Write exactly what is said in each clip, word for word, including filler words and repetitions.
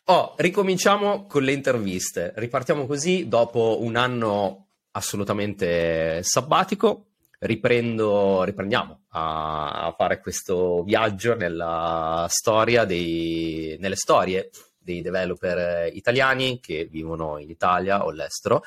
Oh, ricominciamo con le interviste. Ripartiamo così dopo un anno assolutamente sabbatico. Riprendo, riprendiamo a, a fare questo viaggio nella storia dei, nelle storie dei developer italiani che vivono in Italia o all'estero.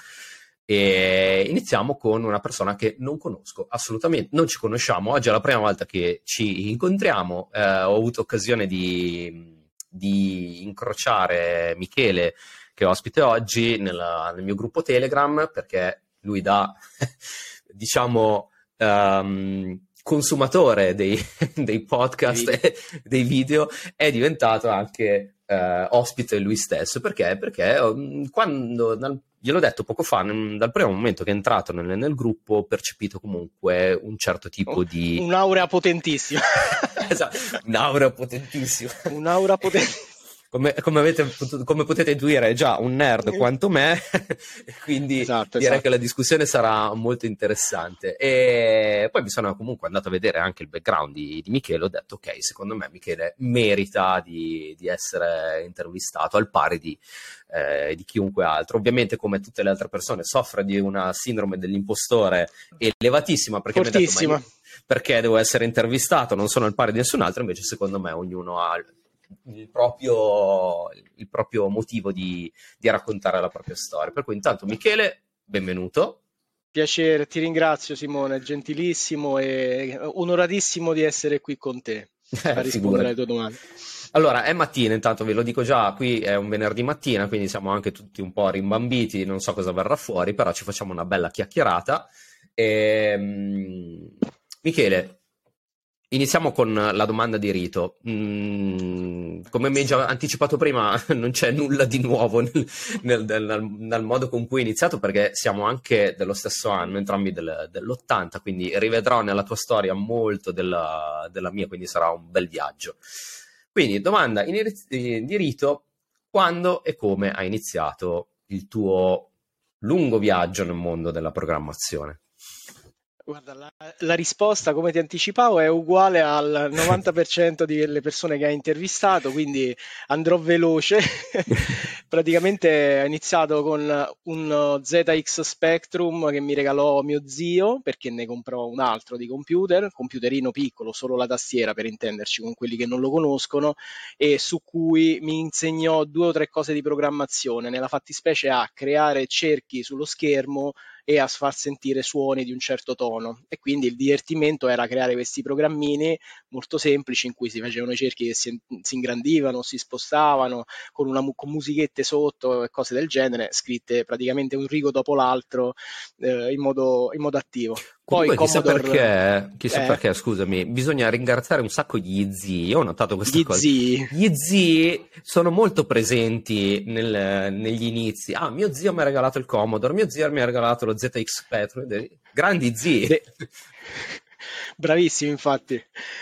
E iniziamo con una persona che non conosco assolutamente, non ci conosciamo. Oggi è la prima volta che ci incontriamo. Eh, ho avuto occasione di, di incrociare Michele, che è ospite oggi, nella, nel mio gruppo Telegram, perché lui dà, diciamo, um, consumatore dei, dei podcast e dei video, è diventato anche uh, ospite lui stesso. Perché? Perché um, quando... Dal, gliel'ho detto poco fa, dal primo momento che è entrato nel, nel gruppo ho percepito comunque un certo tipo oh, di... Un'aura potentissima. Esatto, un'aura potentissima. Un'aura potentissima. Come, come, avete potuto, come potete intuire è già un nerd quanto me, quindi esatto, direi esatto. che la discussione sarà molto interessante. E poi mi sono comunque andato a vedere anche il background di, di Michele. Ho detto ok, secondo me Michele merita di, di essere intervistato al pari di, eh, di chiunque altro. Ovviamente, come tutte le altre persone, soffre di una sindrome dell'impostore elevatissima, perché mi ha detto, ma io, perché devo essere intervistato, non sono al pari di nessun altro. Invece secondo me ognuno ha il proprio, il proprio motivo di, di raccontare la propria storia. Per cui intanto Michele, benvenuto. Piacere, ti ringrazio Simone, gentilissimo e onoratissimo di essere qui con te a rispondere alle tue domande. Allora, è mattina, intanto ve lo dico già, qui è un venerdì mattina, quindi siamo anche tutti un po' rimbambiti, non so cosa verrà fuori, però ci facciamo una bella chiacchierata. E, um, Michele, iniziamo con la domanda di rito. Mm, come mi hai già anticipato prima, non c'è nulla di nuovo nel, nel, nel, nel modo con cui hai iniziato, perché siamo anche dello stesso anno, entrambi del, dell'ottanta, quindi rivedrò nella tua storia molto della, della mia, quindi sarà un bel viaggio. Quindi, domanda in, di rito: quando e come hai iniziato il tuo lungo viaggio nel mondo della programmazione? Guarda, la, la risposta, come ti anticipavo, è uguale al novanta per cento delle persone che hai intervistato, quindi andrò veloce. Praticamente ho iniziato con uno Z X Spectrum che mi regalò mio zio, perché ne comprò un altro di computer, computerino piccolo, solo la tastiera per intenderci, con quelli che non lo conoscono, e su cui mi insegnò due o tre cose di programmazione, nella fattispecie a creare cerchi sullo schermo e a far sentire suoni di un certo tono. E quindi il divertimento era creare questi programmini molto semplici in cui si facevano i cerchi che si, si ingrandivano, si spostavano con una con musichette sotto e cose del genere, scritte praticamente un rigo dopo l'altro eh, in, modo, in modo attivo. Comunque, Poi chissà Commodore, perché, chissà eh, perché, scusami, bisogna ringraziare un sacco gli zii. Io ho notato questa gli cosa. zii. Gli zii sono molto presenti nel, negli inizi. Ah, mio zio mi ha regalato il Commodore, mio zio mi ha regalato lo Z X Spectrum. Grandi zii. De- Bravissimi, infatti.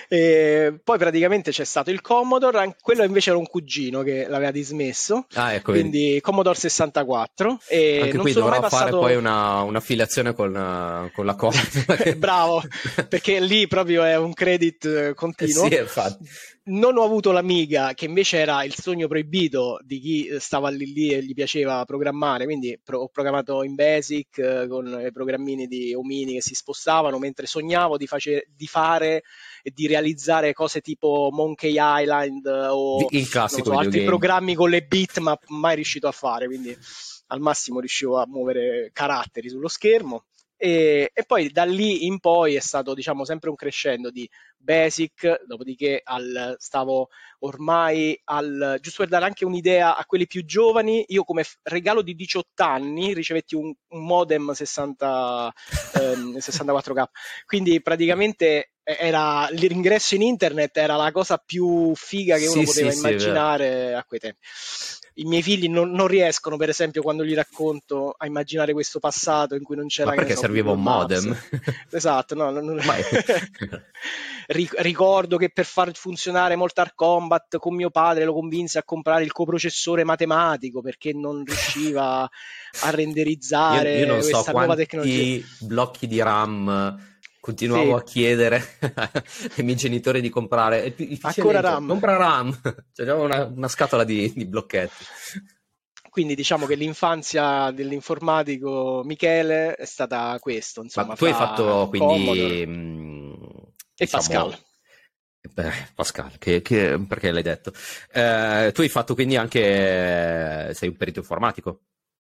E poi praticamente c'è stato il Commodore, quello invece era un cugino che l'aveva dismesso, Ah, ecco, quindi vedi. Commodore sessantaquasso. E Anche non qui sono mai dovrò fare passato... poi una, un'affiliazione con, con la Commodore. Bravo, perché lì proprio è un credit continuo. Sì, infatti. Non ho avuto l'Amiga, che invece era il sogno proibito di chi stava lì, lì e gli piaceva programmare, quindi pro- ho programmato in Basic eh, con i programmini di omini che si spostavano, mentre sognavo di, face- di fare e di realizzare cose tipo Monkey Island o Il classico non so, altri videogame. programmi con le bitmap mai riuscito a fare, quindi al massimo riuscivo a muovere caratteri sullo schermo. E, e poi da lì in poi è stato, diciamo, sempre un crescendo di Basic, dopodiché al, stavo ormai al, giusto per dare anche un'idea a quelli più giovani, io come f- regalo di diciotto anni ricevetti un, un modem sessanta, ehm, sessantaquattro K, quindi praticamente era l'ingresso in internet era la cosa più figa che Sì, uno poteva sì, sì, è vero. immaginare a quei tempi. I miei figli non, non riescono, per esempio, quando gli racconto, a immaginare questo passato in cui non c'era, Ma che ne perché so, serviva Google un Maps. modem? Esatto, no, non... Ormai... ricordo che per far funzionare Mortal Kombat con mio padre lo convinse a comprare il coprocessore matematico perché non riusciva a Io, io renderizzare non so questa nuova tecnologia. quanti blocchi di RAM continuavo Sì, a chiedere ai miei genitori di comprare il, il P C ancora lento, RAM. compra RAM, c'era una, una scatola di, di blocchetti. Quindi diciamo che l'infanzia dell'informatico Michele è stata questo, Ma insomma, tu hai fra fatto Commodore quindi, mh, e Pascal. diciamo, beh, Pascal, che, che- perché l'hai detto? Eh, tu hai fatto quindi anche, sei un perito informatico?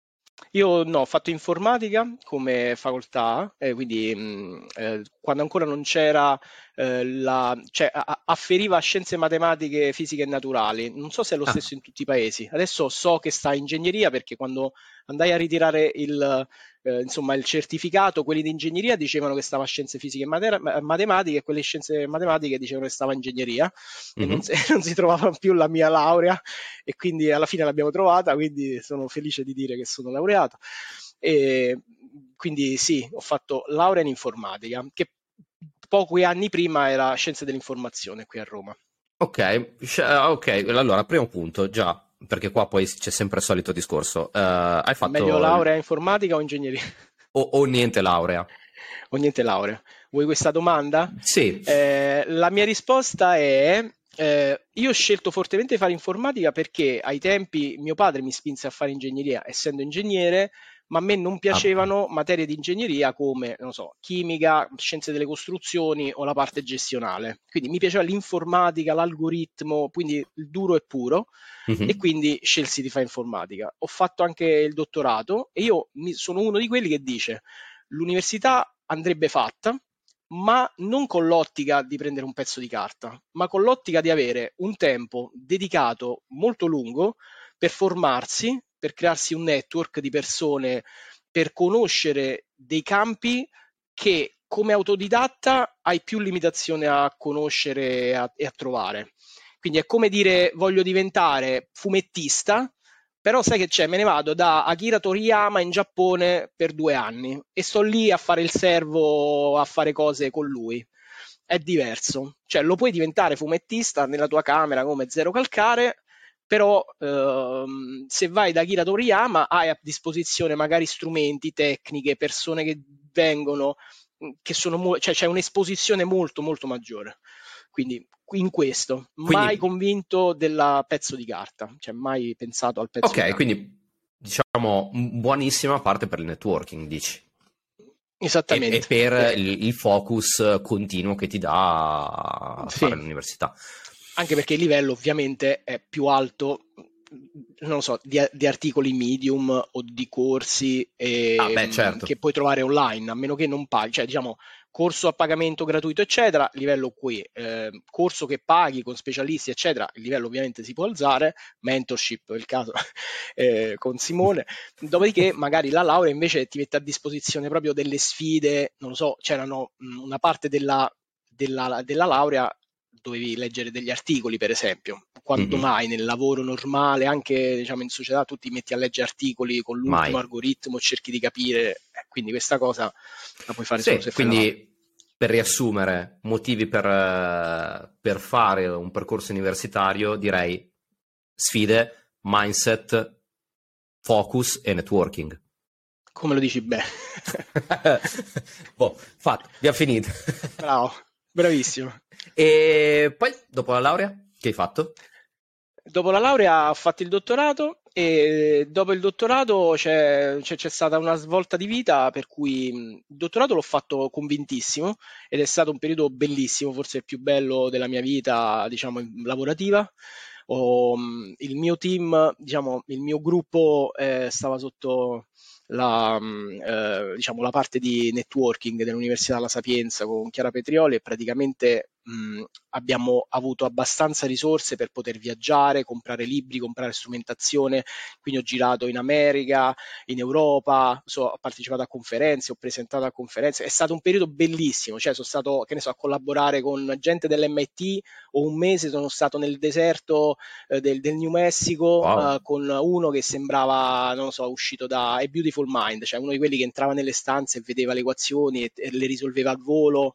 Io no, ho fatto informatica come facoltà, eh, quindi mh, eh, quando ancora non c'era eh, la, cioè a- a- afferiva a scienze matematiche, fisiche e naturali. Non so se è lo Ah, stesso in tutti i paesi. Adesso so che sta ingegneria perché quando andai a ritirare il, eh, insomma, il certificato, quelli di ingegneria dicevano che stava a scienze fisiche e matera- ma- matematiche e quelli di scienze matematiche dicevano che stava a ingegneria e non si, mhm. non si trovava più la mia laurea e quindi alla fine l'abbiamo trovata, quindi sono felice di dire che sono laureato. E quindi sì, ho fatto laurea in informatica, che pochi anni prima era scienze dell'informazione qui a Roma. Ok, sci- eh, ok, allora, primo punto, già, perché qua poi c'è sempre il solito discorso. Eh, hai Meglio fatto il- laurea in informatica o ingegneria? o, o niente laurea? O niente laurea? Vuoi questa domanda? Sì. Eh, la mia risposta è, eh, io ho scelto fortemente di fare informatica perché ai tempi mio padre mi spinse a fare ingegneria, essendo ingegnere, ma a me non Ah, piacevano materie di ingegneria come, non so, chimica, scienze delle costruzioni o la parte gestionale. Quindi mi piaceva l'informatica, l'algoritmo, quindi il duro e puro, e mhm. quindi scelsi di fare informatica. Ho fatto anche il dottorato e io mi- sono uno di quelli che dice l'università andrebbe fatta, ma non con l'ottica di prendere un pezzo di carta, ma con l'ottica di avere un tempo dedicato molto lungo per formarsi, per crearsi un network di persone, per conoscere dei campi che come autodidatta hai più limitazione a conoscere e a, e a trovare. Quindi è come dire voglio diventare fumettista, però sai che c'è? Me ne vado da Akira Toriyama in Giappone per due anni e sto lì a fare il servo, a fare cose con lui. È diverso. Cioè, lo puoi diventare fumettista nella tua camera come Zero Calcare, però ehm, se vai da Akira Toriyama hai a disposizione magari strumenti, tecniche, persone che vengono, che sono mo- cioè c'è un'esposizione molto molto maggiore. Quindi in questo, mai Quindi, convinto del pezzo di carta, cioè mai pensato al pezzo di ok, carta. quindi diciamo m- buonissima parte per il networking, dici, e, e Esattamente. per Eh, il, il focus continuo che ti dà a fare sì, l'università. anche perché il livello ovviamente è più alto, non lo so, di, di articoli Medium o di corsi Ah, beh, ehm, certo. che puoi trovare online, a meno che non paghi, cioè diciamo corso a pagamento gratuito, eccetera, livello qui, eh, corso che paghi con specialisti, eccetera, il livello ovviamente si può alzare, mentorship, è il caso eh, con Simone, dopodiché magari la laurea invece ti mette a disposizione proprio delle sfide, non lo so, c'erano mh, una parte della, della, della laurea dovevi leggere degli articoli, per esempio. Quando Mhm. mai nel lavoro normale, anche diciamo, in società, tu ti metti a leggere articoli con l'ultimo Mai. algoritmo, cerchi di capire, eh, quindi questa cosa la puoi fare solo Sì, se fai la laurea. quindi per riassumere, motivi per, eh, per fare un percorso universitario, direi sfide, mindset, focus e networking. Come lo dici bene? Boh, fatto, abbiamo finito. Bravo, bravissimo. E poi, dopo la laurea, che hai fatto? Dopo la laurea ho fatto il dottorato e dopo il dottorato c'è, c'è- c'è stata una svolta di vita per cui mh, il dottorato l'ho fatto convintissimo ed è stato un periodo bellissimo, forse il più bello della mia vita, diciamo, in- lavorativa. Ho, mh, il mio team, diciamo, il mio gruppo eh, stava sotto la, mh, eh, diciamo, la parte di networking dell'Università La Sapienza con Chiara Petrioli e praticamente mh, abbiamo avuto abbastanza risorse per poter viaggiare, comprare libri, comprare strumentazione, quindi ho girato in America, in Europa, so, ho partecipato a conferenze, ho presentato a conferenze, è stato un periodo bellissimo, cioè sono stato, che ne so, a collaborare con gente dell'M I T o un mese sono stato nel deserto eh, del, del New Mexico Wow. eh, con uno che sembrava, non lo so, uscito da A Beautiful Mind, cioè uno di quelli che entrava nelle stanze e vedeva le equazioni e, e le risolveva al volo.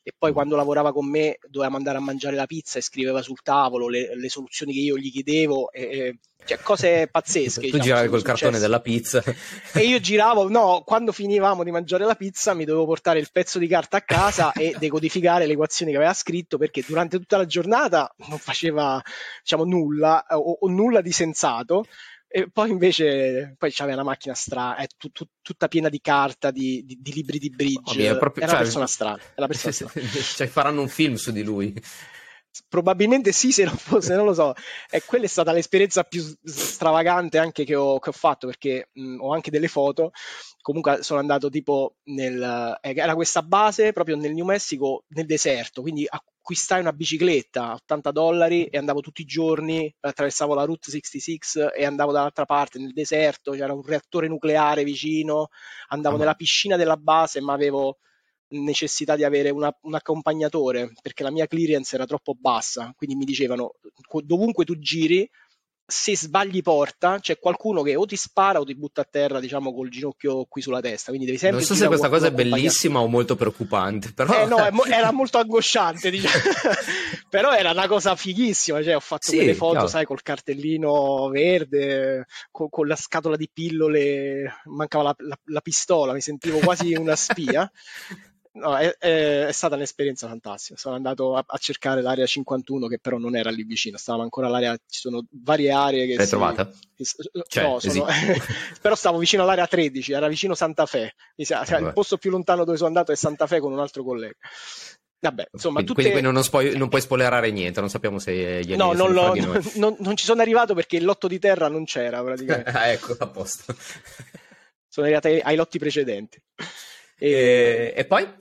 e poi quando lavorava con me doveva andare a mangiare la pizza e scriveva sul tavolo le, le soluzioni che io gli chiedevo, e, e, cioè cose pazzesche. Tu diciamo, giravi col successe. cartone della pizza. E io giravo, no, quando finivamo di mangiare la pizza mi dovevo portare il pezzo di carta a casa e decodificare le equazioni che aveva scritto, perché durante tutta la giornata non faceva, diciamo, nulla o, o nulla di sensato. E poi invece poi c'aveva una macchina strana, è tu, tu, tutta piena di carta, di, di, di libri di bridge. Oh, è proprio, è una cioè, persona strana. È una persona strana. Cioè, faranno un film su di lui. Probabilmente sì, se non fosse, non lo so. E quella è stata l'esperienza più stravagante anche che ho, che ho fatto, perché mh, ho anche delle foto. Comunque sono andato tipo nel... Eh, era questa base proprio nel New Mexico, nel deserto, quindi acquistai una bicicletta a ottanta dollari e andavo tutti i giorni, attraversavo la Route sessantasei e andavo dall'altra parte, nel deserto, c'era un reattore nucleare vicino, andavo Ah, nella piscina della base, ma avevo necessità di avere una, un accompagnatore, perché la mia clearance era troppo bassa, quindi mi dicevano dovunque tu giri, se sbagli porta c'è qualcuno che o ti spara o ti butta a terra, diciamo, col ginocchio qui sulla testa, quindi devi sempre non so se questa cosa è bellissima o molto preoccupante, però eh, no, mo- era molto angosciante, diciamo. Però era una cosa fighissima, cioè ho fatto sì, quelle foto, chiaro. sai, col cartellino verde, co- con la scatola di pillole, mancava la, la, la pistola, mi sentivo quasi una spia. No, è, è, è stata un'esperienza fantastica. Sono andato a, a cercare l'area cinquantuno, che però non era lì vicino, stavamo ancora all'area, ci sono varie aree che l'hai si, trovata? che, Cioè, no, sono, però stavo vicino all'area tredici, era vicino Santa Fe. Mi sa, cioè, il posto più lontano dove sono andato è Santa Fe con un altro collega. Vabbè, insomma, quindi, tutte... quindi non, puoi, non puoi spoilerare niente, non sappiamo se gli alieni no, non, sono lo, fra di noi. non, non ci sono arrivato perché il lotto di terra non c'era praticamente. Ah, ecco, a posto. Sono arrivato ai, ai lotti precedenti. E, e, e poi?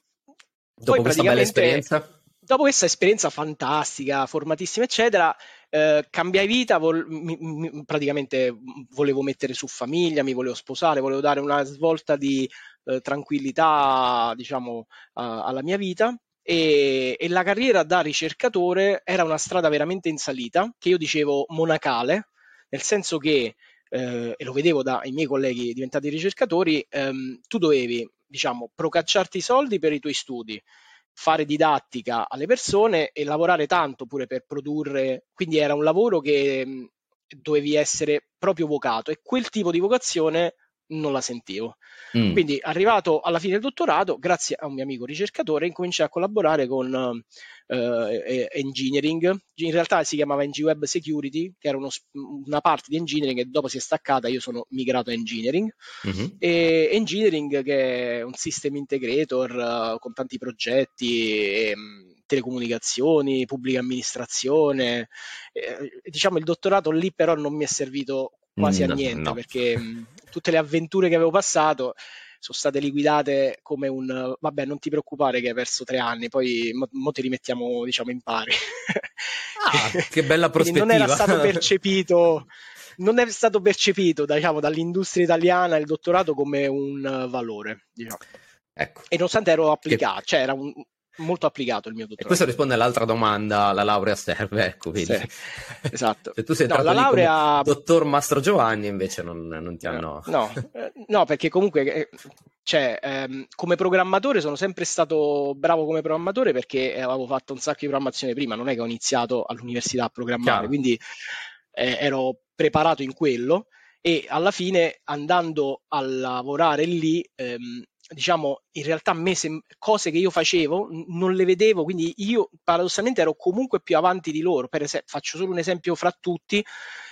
Dopo poi questa bella esperienza? Dopo questa esperienza fantastica, formatissima, eccetera, eh, cambiai vita, vol- mi, mi, praticamente volevo mettere su famiglia, mi volevo sposare, volevo dare una svolta di eh, tranquillità, diciamo, a- alla mia vita. E, e la carriera da ricercatore era una strada veramente in salita, che io dicevo monacale, nel senso che, eh, e lo vedevo dai miei colleghi diventati ricercatori, ehm, tu dovevi, diciamo, procacciarti i soldi per i tuoi studi, fare didattica alle persone e lavorare tanto pure per produrre, quindi era un lavoro che mh, dovevi essere proprio vocato, e quel tipo di vocazione non la sentivo. Mm. Quindi arrivato alla fine del dottorato, grazie a un mio amico ricercatore, incominciai a collaborare con uh, eh, engineering, in realtà si chiamava N G Web Security, che era uno, una parte di engineering che dopo si è staccata, io sono migrato a engineering. Mm-hmm. E engineering, che è un system integrator uh, con tanti progetti, e, um, telecomunicazioni, pubblica amministrazione, eh, diciamo il dottorato lì però non mi è servito quasi no, a niente, no. Perché mh, tutte le avventure che avevo passato sono state liquidate come un vabbè, non ti preoccupare che hai perso tre anni, poi mo, mo ti rimettiamo, diciamo, in pari. Ah, che bella prospettiva. non era stato percepito non è stato percepito, diciamo, dall'industria italiana il dottorato come un valore, diciamo. Ecco. E nonostante ero applicato, che... cioè era un molto applicato il mio dottorato. E questo risponde all'altra domanda, la laurea serve, ecco, vedi. Sì, esatto. Se tu sei no, entrato la laurea... dottor Mastro Giovanni, invece non, non ti hanno... No, no, no, perché comunque, cioè, ehm, come programmatore sono sempre stato bravo come programmatore, perché avevo fatto un sacco di programmazione prima, non è che ho iniziato all'università a programmare, Chiaro. Quindi eh, ero preparato in quello, e alla fine, andando a lavorare lì, ehm, diciamo, in realtà a me sem- cose che io facevo n- non le vedevo, quindi io paradossalmente ero comunque più avanti di loro. Per esempio, faccio solo un esempio fra tutti.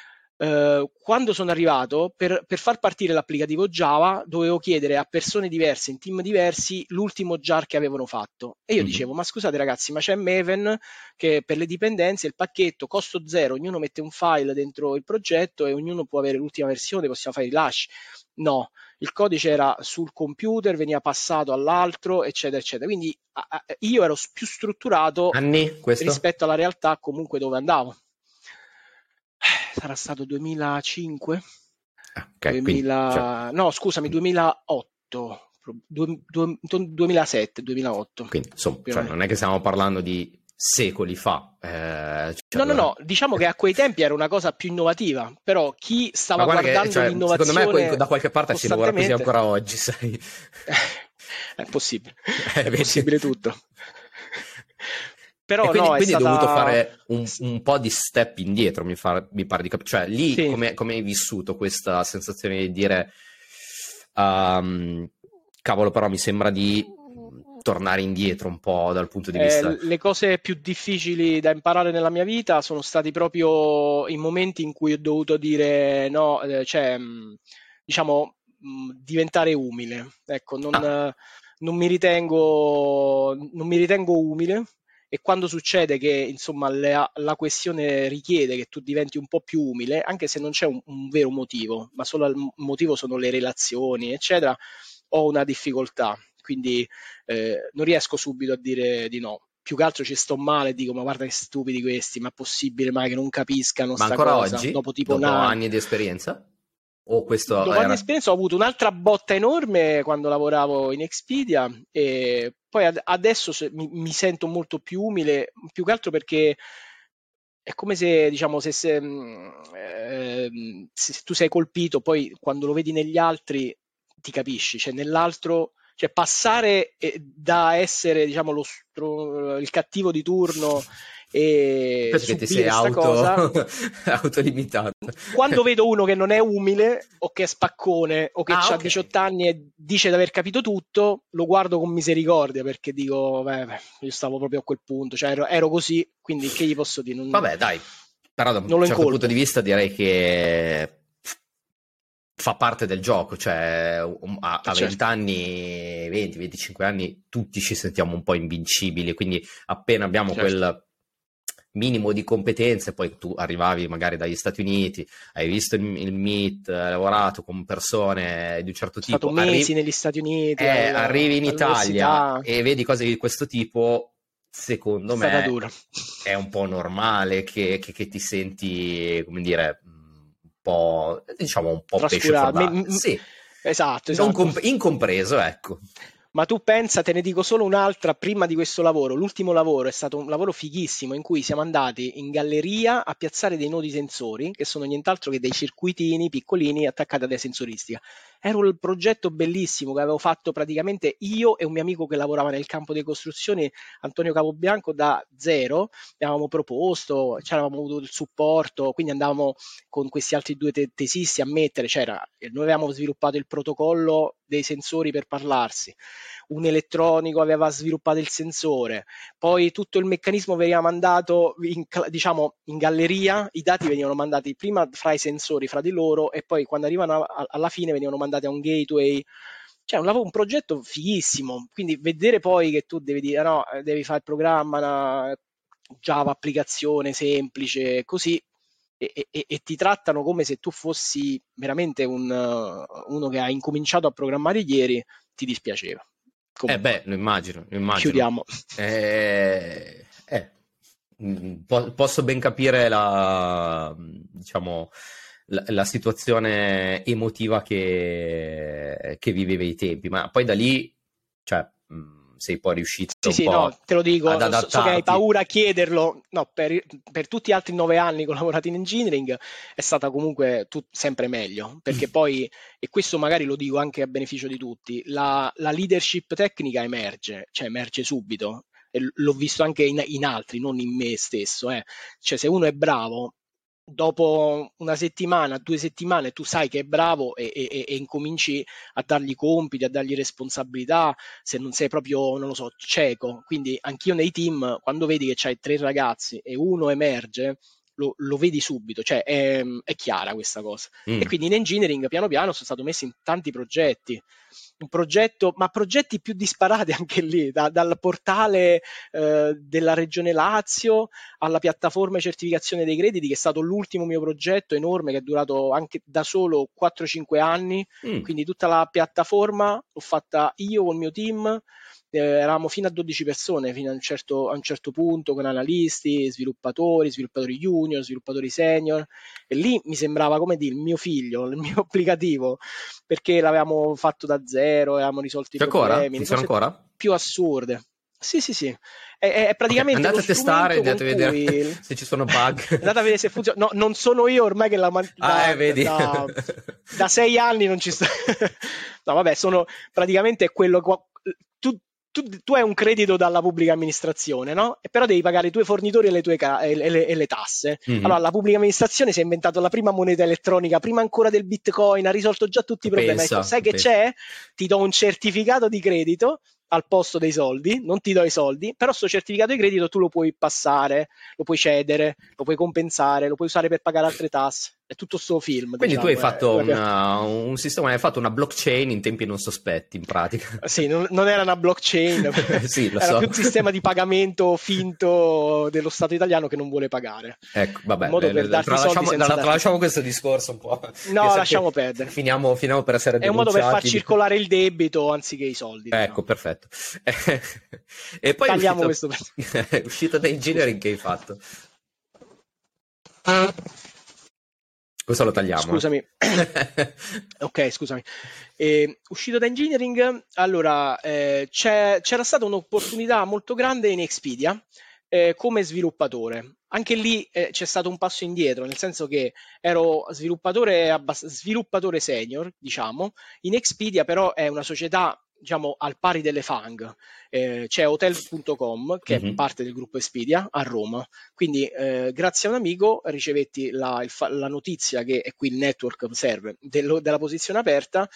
Uh, quando sono arrivato, per, per far partire l'applicativo Java dovevo chiedere a persone diverse, in team diversi, l'ultimo jar che avevano fatto, e io mm-hmm. dicevo, ma scusate ragazzi, ma c'è Maven che per le dipendenze il pacchetto costo zero, ognuno mette un file dentro il progetto e ognuno può avere l'ultima versione, possiamo fare i rilasci. No, il codice era sul computer, veniva passato all'altro, eccetera eccetera, quindi a, a, io ero più strutturato Anni, rispetto alla realtà comunque dove andavo. Sarà stato duemilacinque? Okay, duemila... quindi, cioè... No, scusami, duemilaotto. Du- du- duemilasette, duemilaotto. Quindi, insomma, cioè, non è che stiamo parlando di secoli fa. Eh, cioè, no, no, no, diciamo che a quei tempi era una cosa più innovativa, però chi stava guardando che, cioè, l'innovazione... Secondo me da qualche parte si lavora così ancora oggi, sai? È possibile, è possibile tutto. Però e quindi, no, è quindi hai stata... dovuto fare un, un po' di step indietro, mi, fa, mi pare di capire. Cioè, lì Sì. come, come hai vissuto questa sensazione di dire um, cavolo, però mi sembra di tornare indietro un po' dal punto di Eh, vista... le cose più difficili da imparare nella mia vita sono stati proprio i momenti in cui ho dovuto dire no, eh, cioè, mh, diciamo, mh, diventare umile. Ecco, non, Ah, eh, non mi ritengo, non mi ritengo umile, e quando succede che insomma la, la questione richiede che tu diventi un po' più umile, anche se non c'è un, un vero motivo, ma solo il motivo sono le relazioni, eccetera, ho una difficoltà. Quindi eh, non riesco subito a dire di no. Più che altro ci sto male e dico: ma guarda che stupidi questi, ma è possibile mai che non capiscano ma sta ancora cosa? oggi, Dopo tipo un dopo anno. anni di esperienza? O questo Dopo anni di era... esperienza ho avuto un'altra botta enorme quando lavoravo in Expedia, e poi ad- adesso se- mi, mi sento molto più umile, più che altro perché è come se, diciamo, se, se, mh, ehm, se tu sei colpito, poi quando lo vedi negli altri ti capisci, cioè nell'altro, cioè passare eh, da essere, diciamo, lo stro- il cattivo di turno e Penso che ti sei subire sta auto cosa, autolimitato. quando vedo uno che non è umile o che è spaccone o che Ah, ha ok. diciotto anni e dice di aver capito tutto, lo guardo con misericordia, perché dico, beh, beh, io stavo proprio a quel punto, cioè ero, ero così, quindi che gli posso dire? Non, Vabbè, dai, però da un non lo certo punto incolpo. di vista direi che fa parte del gioco, cioè um, a, Eh, a certo, venti anni, venti venticinque anni, tutti ci sentiamo un po' invincibili, quindi appena abbiamo certo. quel minimo di competenze, poi tu arrivavi magari dagli Stati Uniti, hai visto il, il Meet, hai lavorato con persone di un certo Sono stato tipo, mesi arri- negli Stati Uniti, eh, al- arrivi in Italia all'università, e vedi cose di questo tipo, è secondo stata me dura. è un po' normale che, che- che ti senti, come dire, un po', diciamo, un po' pesce fuor Trascurato. Me- d'acqua. m- Sì, esatto, non esatto. comp- incompreso, ecco. Ma tu pensa, te ne dico solo un'altra prima di questo lavoro. L'ultimo lavoro è stato un lavoro fighissimo in cui siamo andati in galleria a piazzare dei nodi sensori, che sono nient'altro che dei circuitini piccolini attaccati a dei sensoristica. Era un progetto bellissimo che avevo fatto praticamente io e un mio amico che lavorava nel campo delle costruzioni, Antonio Capobianco, da zero. Ne avevamo proposto, ci avevamo avuto il supporto, quindi andavamo con questi altri due te- tesisti a mettere, c'era, noi avevamo sviluppato il protocollo dei sensori per parlarsi, un elettronico aveva sviluppato il sensore, poi tutto il meccanismo veniva mandato in, diciamo, in galleria, i dati venivano mandati prima fra i sensori, fra di loro, e poi quando arrivano a, alla fine venivano mandati a un gateway. Cioè un, lavoro, un progetto fighissimo, quindi vedere poi che tu devi dire no, devi fare il programma, una Java applicazione semplice, così, e, e, e ti trattano come se tu fossi veramente un, uh, uno che ha incominciato a programmare ieri, ti dispiaceva. Eh Comunque, beh, lo immagino, lo immagino. chiudiamo. Eh, eh, mm, po- posso ben capire la, diciamo, la, la situazione emotiva che, che vivevi ai tempi, ma poi da lì, cioè, mm, sei poi riuscito Sì, un sì, no, po' te lo ad dico, so, so che hai adattarti. paura a chiederlo, no, per, per tutti gli altri nove anni che ho lavorato in engineering è stata comunque tut- sempre meglio, perché poi, e questo magari lo dico anche a beneficio di tutti, la, la leadership tecnica emerge, cioè emerge subito, e l- l'ho visto anche in, in altri, non in me stesso, eh. Cioè se uno è bravo, dopo una settimana, due settimane, tu sai che è bravo e, e- e incominci a dargli compiti, a dargli responsabilità, se non sei proprio, non lo so, cieco. Quindi anch'io nei team, quando vedi che c'hai tre ragazzi e uno emerge, lo, lo vedi subito, cioè è, è chiara questa cosa. E Mm. quindi in engineering piano piano sono stato messo in tanti progetti, un progetto, ma progetti più disparati anche lì, da- dal portale eh, della Regione Lazio alla piattaforma di certificazione dei crediti, che è stato l'ultimo mio progetto enorme, che è durato anche da solo quattro cinque anni. Mm. Quindi tutta la piattaforma l'ho fatta io con il mio team, eh, eravamo fino a dodici persone fino a un, certo, a un certo punto, con analisti, sviluppatori, sviluppatori junior, sviluppatori senior, e lì mi sembrava, come dire, il mio figlio, il mio applicativo, perché l'avevamo fatto da zero, avevamo risolto i C'è ancora? problemi, le Funziona cose ancora? più assurde. Sì, sì, sì, è, è Ok, praticamente lo andate a testare, strumento con andate a vedere cui se ci sono bug. andate a vedere se funziona. No, non sono io ormai che la man- Ah, eh, da, vedi. da, da sei anni non ci sto. No, vabbè, sono praticamente quello qua- tu, tu, tu hai un credito dalla pubblica amministrazione, no? E però devi pagare i tuoi fornitori e le tue ca- e le, e le tasse. Mhm. Allora la pubblica amministrazione si è inventato la prima moneta elettronica, prima ancora del Bitcoin, ha risolto già tutti i problemi. Ha Pensa, detto, sai che pensa. c'è? Ti do un certificato di credito al posto dei soldi, non ti do i soldi, però sto certificato di credito tu lo puoi passare, lo puoi cedere, lo puoi compensare, lo puoi usare per pagare altre tasse. È tutto sto film, Quindi tu diciamo. hai È fatto la piatta- una- un sistema, hai fatto una blockchain in tempi non sospetti, in pratica. Sì, non, non era una blockchain, Sì, lo era so. più un sistema di pagamento finto dello Stato italiano che non vuole pagare. Ecco, Un vabbè, modo le- per le- darti i soldi tralasciamo, senza tra- darti i tralasciamo soldi. questo discorso un po'. Che No, se- che lasciamo perdere. finiamo, finiamo per essere È un modo per far denunciati. circolare il debito anziché i soldi, Ecco, diciamo. perfetto. E poi è Tagliamo uscito, questo pezzo. è uscito da Scusa. engineering che hai fatto. Questo lo tagliamo, eh. Scusami. Ok, scusami. Eh, uscito da engineering, allora eh, c'è- c'era stata un'opportunità molto grande in Expedia eh, come sviluppatore. Anche lì eh, c'è stato un passo indietro, nel senso che ero sviluppatore, abbast- sviluppatore senior, diciamo. In Expedia però è una società, diciamo, al pari delle Fang. Eh, c'è hotel punto com che è Mhm. parte del gruppo Expedia a Roma. Quindi, eh, grazie a un amico, ricevetti la, il fa- la notizia che è qui il network serve dello- della posizione aperta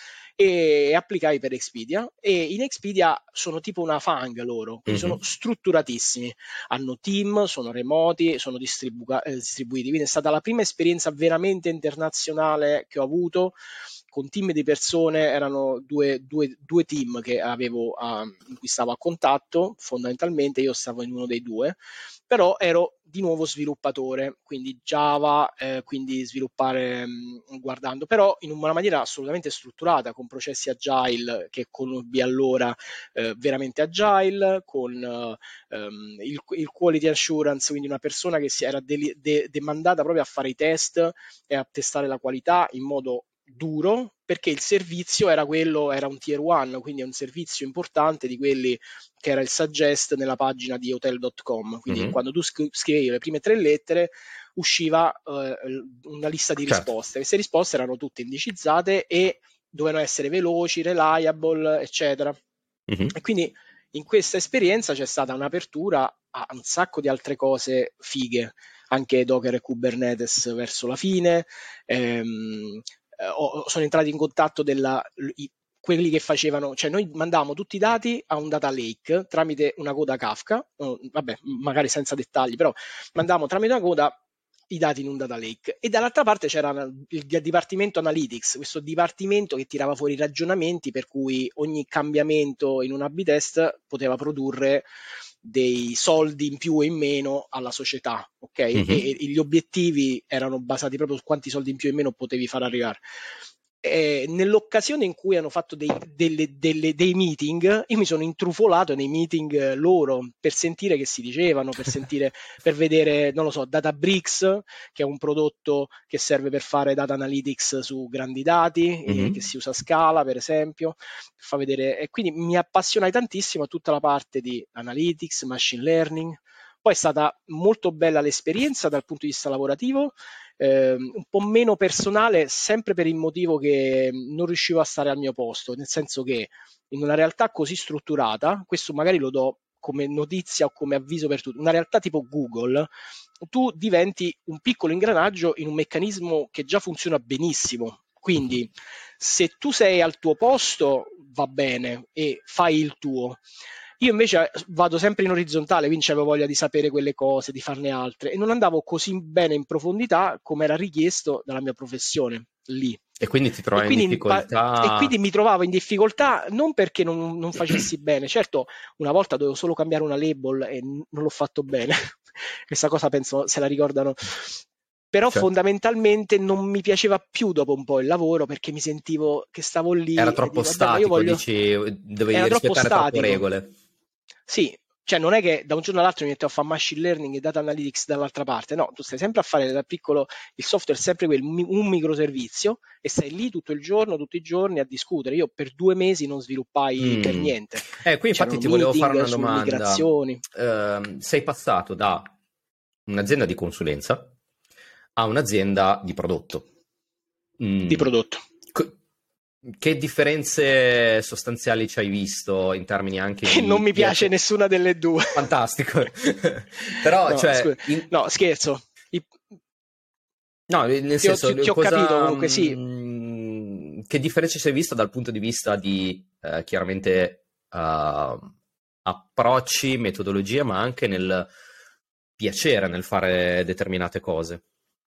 e applicai per Expedia. E in Expedia sono tipo una Fang loro, quindi sono Mhm. strutturatissimi. Hanno team, sono remoti, sono distribu- eh, distribuiti. Quindi è stata la prima esperienza veramente internazionale che ho avuto con team di persone, erano due, due, due team che avevo, uh, in cui stavo a contatto, fondamentalmente io stavo in uno dei due, però ero di nuovo sviluppatore, quindi Java, eh, quindi sviluppare mh, guardando, però in una maniera assolutamente strutturata, con processi agile che conobbi allora, eh, veramente agile, con eh, ehm, il, il quality assurance, quindi una persona che si era de- de- demandata proprio a fare i test e a testare la qualità in modo duro, perché il servizio era quello, era un tier one, quindi è un servizio importante di quelli che era il suggest nella pagina di hotel punto com. Quindi Mhm. quando tu scrivevi le prime tre lettere usciva eh, una lista di Certo. risposte. Queste risposte erano tutte indicizzate e dovevano essere veloci, reliable, eccetera. Mhm. E quindi in questa esperienza c'è stata un'apertura a un sacco di altre cose fighe, anche Docker e Kubernetes verso la fine. Ehm, eh, ho- sono entrati in contatto della, i- quelli che facevano, cioè noi mandavamo tutti i dati a un data lake tramite una coda Kafka, oh, vabbè, magari senza dettagli, però mandavamo tramite una coda i dati in un data lake e dall'altra parte c'era il, il dipartimento analytics, questo dipartimento che tirava fuori i ragionamenti per cui ogni cambiamento in un A B test poteva produrre dei soldi in più e in meno alla società, ok? Mhm. E, e gli obiettivi erano basati proprio su quanti soldi in più e in meno potevi far arrivare. E nell'occasione in cui hanno fatto dei, delle, delle, dei meeting, io mi sono intrufolato nei meeting loro per sentire che si dicevano, per sentire, per vedere, non lo so, Databricks, che è un prodotto che serve per fare data analytics su grandi dati, Mhm. eh, che si usa Scala, per esempio, fa vedere, e quindi mi appassionai tantissimo a tutta la parte di analytics, machine learning. Poi è stata molto bella l'esperienza dal punto di vista lavorativo, eh, un po' meno personale, sempre per il motivo che non riuscivo a stare al mio posto, nel senso che in una realtà così strutturata, questo magari lo do come notizia o come avviso per tutti, una realtà tipo Google, tu diventi un piccolo ingranaggio in un meccanismo che già funziona benissimo. Quindi se tu sei al tuo posto va bene e fai il tuo. Io invece vado sempre in orizzontale, quindi avevo voglia di sapere quelle cose, di farne altre e non andavo così bene in profondità come era richiesto dalla mia professione lì. E quindi ti E trovi in quindi, e difficoltà. quindi mi trovavo in difficoltà non perché non, non facessi bene, certo una volta dovevo solo cambiare una label e non l'ho fatto bene, questa cosa penso se la ricordano, però Cioè, fondamentalmente non mi piaceva più dopo un po' il lavoro perché mi sentivo che stavo era lì e troppo dico vabbè ma io statico, voglio, dici, dovevi era troppo rispettare troppe statico. regole. Sì, cioè non è che da un giorno all'altro mi metto a fare machine learning e data analytics dall'altra parte, no, tu stai sempre a fare da piccolo, il software è sempre quello, un microservizio e stai lì tutto il giorno, tutti i giorni a discutere. Io per due mesi non sviluppai per Mm. niente. Eh, qui infatti C'erano ti volevo fare meeting una su domanda. migrazioni. Ehm, sei passato da un'azienda di consulenza a un'azienda di prodotto. Mm. Di prodotto. Co- che differenze sostanziali ci hai visto in termini anche che di... non mi di- piace nessuna delle due. Fantastico. Però, No, cioè, scusa. in- No, scherzo. I- no, nel Ti ho, senso, ti- ti ho cosa, capito comunque, sì. mh, che differenze ci hai visto dal punto di vista di, eh, chiaramente, eh, approcci, metodologie, ma anche nel piacere nel fare determinate cose?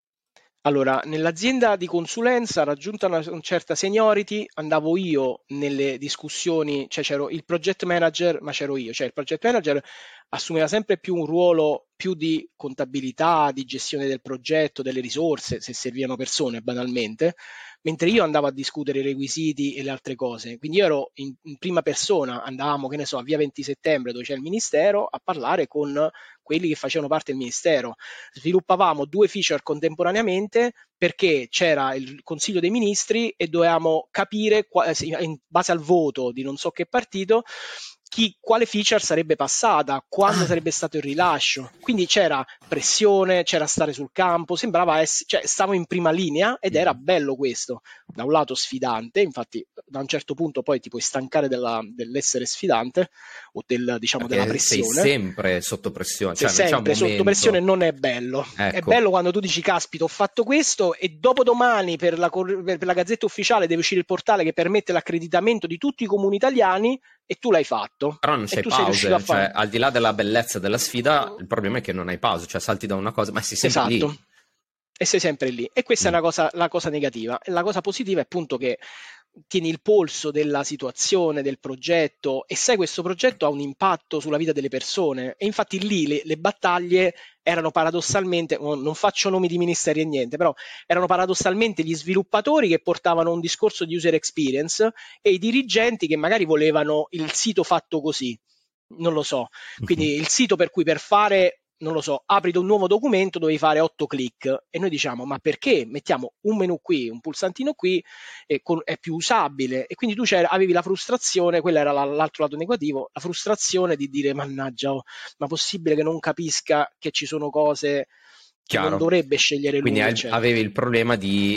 Allora, nell'azienda di consulenza, raggiunta una, una certa seniority, andavo io nelle discussioni, cioè c'ero il project manager, ma c'ero io, cioè il project manager assumeva sempre più un ruolo più di contabilità, di gestione del progetto, delle risorse, se servivano persone, banalmente, mentre io andavo a discutere i requisiti e le altre cose. Quindi io ero in, in prima persona, andavamo, che ne so, a via venti settembre, dove c'è il ministero, a parlare con quelli che facevano parte del ministero. Sviluppavamo due feature contemporaneamente perché c'era il Consiglio dei Ministri e dovevamo capire, in base al voto di non so che partito, chi, quale feature sarebbe passata, quando Ah. sarebbe stato il rilascio. Quindi c'era pressione, c'era stare sul campo, sembrava essere, cioè stavo in prima linea ed era bello questo. Da un lato sfidante, infatti da un certo punto poi ti puoi stancare della, dell'essere sfidante o del, diciamo, della Perché sei pressione. sempre sotto pressione, Sei cioè non c'è un sempre sotto momento. pressione, non è bello. È Ecco. bello quando tu dici, caspita, ho fatto questo e dopodomani per la, cor- per la Gazzetta Ufficiale deve uscire il portale che permette l'accreditamento di tutti i comuni italiani e tu l'hai fatto. Però non E c'hai tu sei riuscito a pause, fare. cioè al di là della bellezza della sfida, il problema è che non hai pause, cioè salti da una cosa, ma sei sempre Esatto. lì. E sei sempre lì. E questa Mm. è una cosa, la cosa negativa. E la cosa positiva è appunto che tieni il polso della situazione, del progetto e sai questo progetto ha un impatto sulla vita delle persone e infatti lì le, le battaglie erano paradossalmente, non faccio nomi di ministeri e niente, però erano paradossalmente gli sviluppatori che portavano un discorso di user experience e i dirigenti che magari volevano il sito fatto così, non lo so. Quindi Mhm. il sito per cui per fare non lo so, apri un nuovo documento, dovevi fare otto click e noi diciamo ma perché mettiamo un menu qui, un pulsantino qui e con, è più usabile e quindi tu avevi la frustrazione, quello era la, l'altro lato negativo, la frustrazione di dire mannaggia, oh, ma possibile che non capisca che ci sono cose che Chiaro. non dovrebbe scegliere Quindi lui, hai- eccetera. avevi il problema di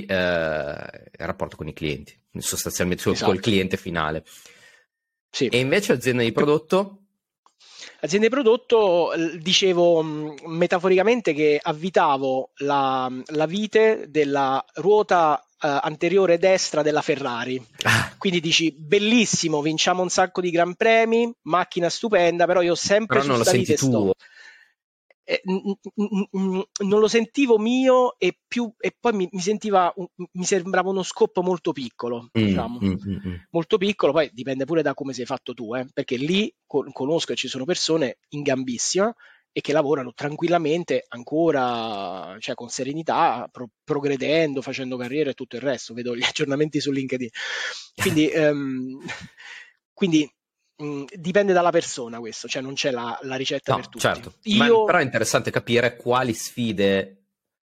eh, rapporto con i clienti, sostanzialmente col- Esatto. col cliente finale. Sì. E invece azienda di prodotto? Azienda di prodotto, l- dicevo mh, metaforicamente che avvitavo la, la vite della ruota eh, anteriore destra della Ferrari. Ah, Quindi dici, bellissimo, vinciamo un sacco di gran premi, macchina stupenda, però io sempre però su non lo sta senti vite sto. tuo. E, n- n- n- non lo sentivo mio e, più, e poi mi, mi sentiva un- mi sembrava uno scopo molto piccolo, Mm, diciamo. mm, mm, mm. Molto piccolo, poi dipende pure da come sei fatto tu, eh, perché lì con- conosco e ci sono persone in gambissima e che lavorano tranquillamente ancora, cioè con serenità, pro- progredendo, facendo carriera e tutto il resto. Vedo gli aggiornamenti su LinkedIn. Quindi, ehm, quindi mh, dipende dalla persona questo, cioè non c'è la, la ricetta per No, tutti. certo. Ma Io però è interessante capire quali sfide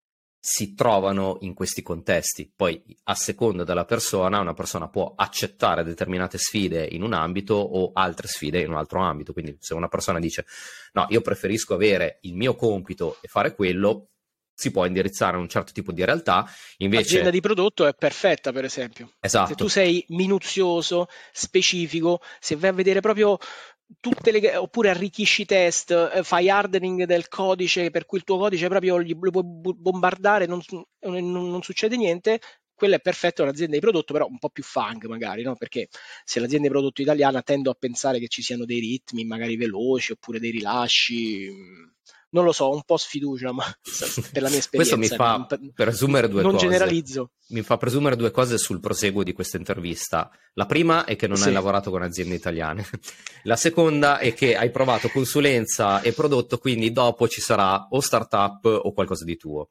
si trovano in questi contesti. Poi, a seconda della persona, una persona può accettare determinate sfide in un ambito o altre sfide in un altro ambito. Quindi, se una persona dice no, io preferisco avere il mio compito e fare quello, si può indirizzare a un certo tipo di realtà. Invece, l'azienda di prodotto è perfetta, per esempio. esatto. Se tu sei minuzioso, specifico, se vai a vedere proprio tutte le oppure arricchisci i test, eh, fai hardening del codice per cui il tuo codice proprio li, lo puoi bu- bombardare, non, non, non succede niente. Quella è perfetta, è un'azienda di prodotto, però un po' più funk magari, no? Perché se l'azienda di prodotto italiana tendo a pensare che ci siano dei ritmi magari veloci oppure dei rilasci. Non lo so, un po' sfiducia, ma per la mia esperienza. Questo mi fa presumere due non cose. generalizzo. Mi fa presumere due cose sul proseguo di questa intervista. La prima è che non Sì. hai lavorato con aziende italiane. La seconda è che hai provato consulenza e prodotto, quindi dopo ci sarà o startup o qualcosa di tuo.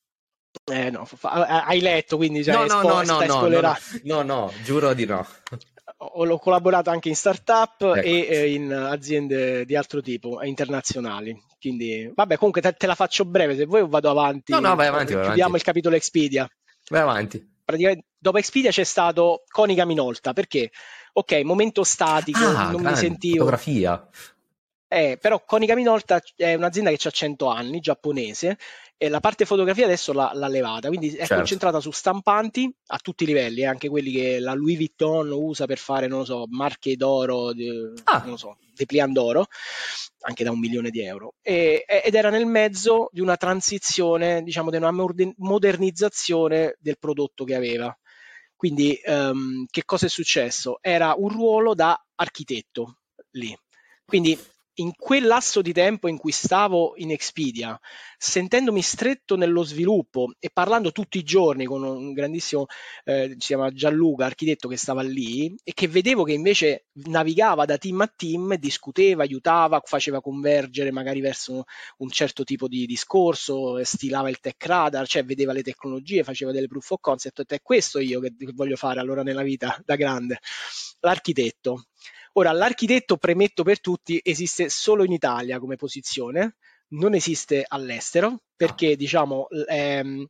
Eh no, fa- hai letto, quindi cioè, No, no, spo- no, no, stai no, no, spoilerando. no, no, giuro di no. Ho, ho collaborato anche in startup Ecco. e eh, in aziende di altro tipo, eh, internazionali. Quindi, vabbè, comunque te, te la faccio breve. Se vuoi vado avanti. No, no, vai avanti, vai Chiudiamo avanti. il capitolo Expedia. Vai avanti. Praticamente, dopo Expedia c'è stato Konica Minolta, perché, ok, momento statico, Ah, non mi grande, sentivo. fotografia. Eh, però Konica Minolta è un'azienda che ha cento anni, giapponese, e la parte fotografia adesso l'ha, l'ha levata, quindi è Certo. concentrata su stampanti a tutti i livelli, eh, anche quelli che la Louis Vuitton usa per fare, non lo so, marche d'oro, di- Ah. non lo so, dépliant d'oro, anche da un milione di euro. E- ed era nel mezzo di una transizione, diciamo, di una morde- modernizzazione del prodotto che aveva. Quindi, ehm, che cosa è successo? Era un ruolo da architetto lì. Quindi, in quel lasso di tempo in cui stavo in Expedia, sentendomi stretto nello sviluppo e parlando tutti i giorni con un grandissimo, eh, si chiama Gianluca, architetto che stava lì, e che vedevo che invece navigava da team a team, discuteva, aiutava, faceva convergere magari verso un certo tipo di discorso, stilava il tech radar, cioè vedeva le tecnologie, faceva delle proof of concept. Ho detto, è questo io che, che voglio fare allora nella vita da grande, l'architetto. Ora, l'architetto, premetto per tutti, esiste solo in Italia come posizione, non esiste all'estero, perché diciamo ehm,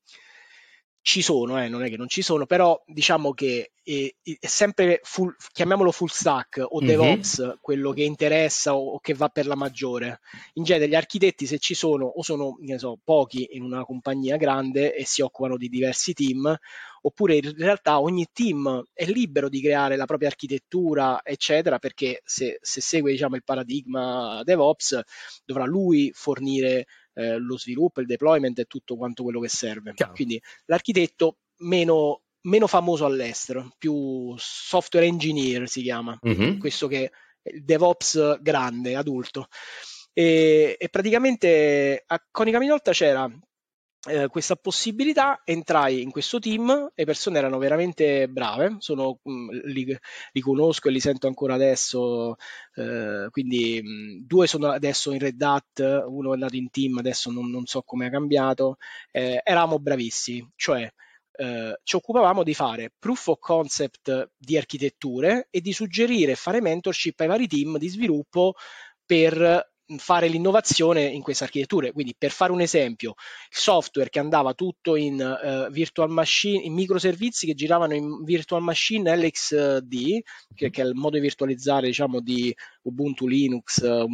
ci sono, eh, non è che non ci sono, però diciamo che è, è sempre full, chiamiamolo full stack o Mhm. DevOps, quello che interessa o, o che va per la maggiore. In genere gli architetti, se ci sono, o sono, ne so, pochi in una compagnia grande e si occupano di diversi team, oppure in realtà ogni team è libero di creare la propria architettura, eccetera, perché se, se segue, diciamo, il paradigma DevOps, dovrà lui fornire eh, lo sviluppo, il deployment e tutto quanto quello che serve. Chiaro. Quindi l'architetto meno, meno famoso all'estero, più software engineer si chiama, Mhm. questo che è il DevOps grande, adulto. E, e praticamente a Konica Minolta c'era eh, questa possibilità, entrai in questo team, le persone erano veramente brave, sono, mh, li, li conosco e li sento ancora adesso, eh, quindi mh, due sono adesso in Red Hat, uno è andato in team, adesso non, non so come ha cambiato, eh, eravamo bravissimi, cioè eh, ci occupavamo di fare proof of concept di architetture e di suggerire e fare mentorship ai vari team di sviluppo per fare l'innovazione in queste architetture. Quindi, per fare un esempio, il software che andava tutto in uh, virtual machine, in microservizi che giravano in virtual machine L X D, che, che è il modo di virtualizzare, diciamo, di Ubuntu Linux, uh,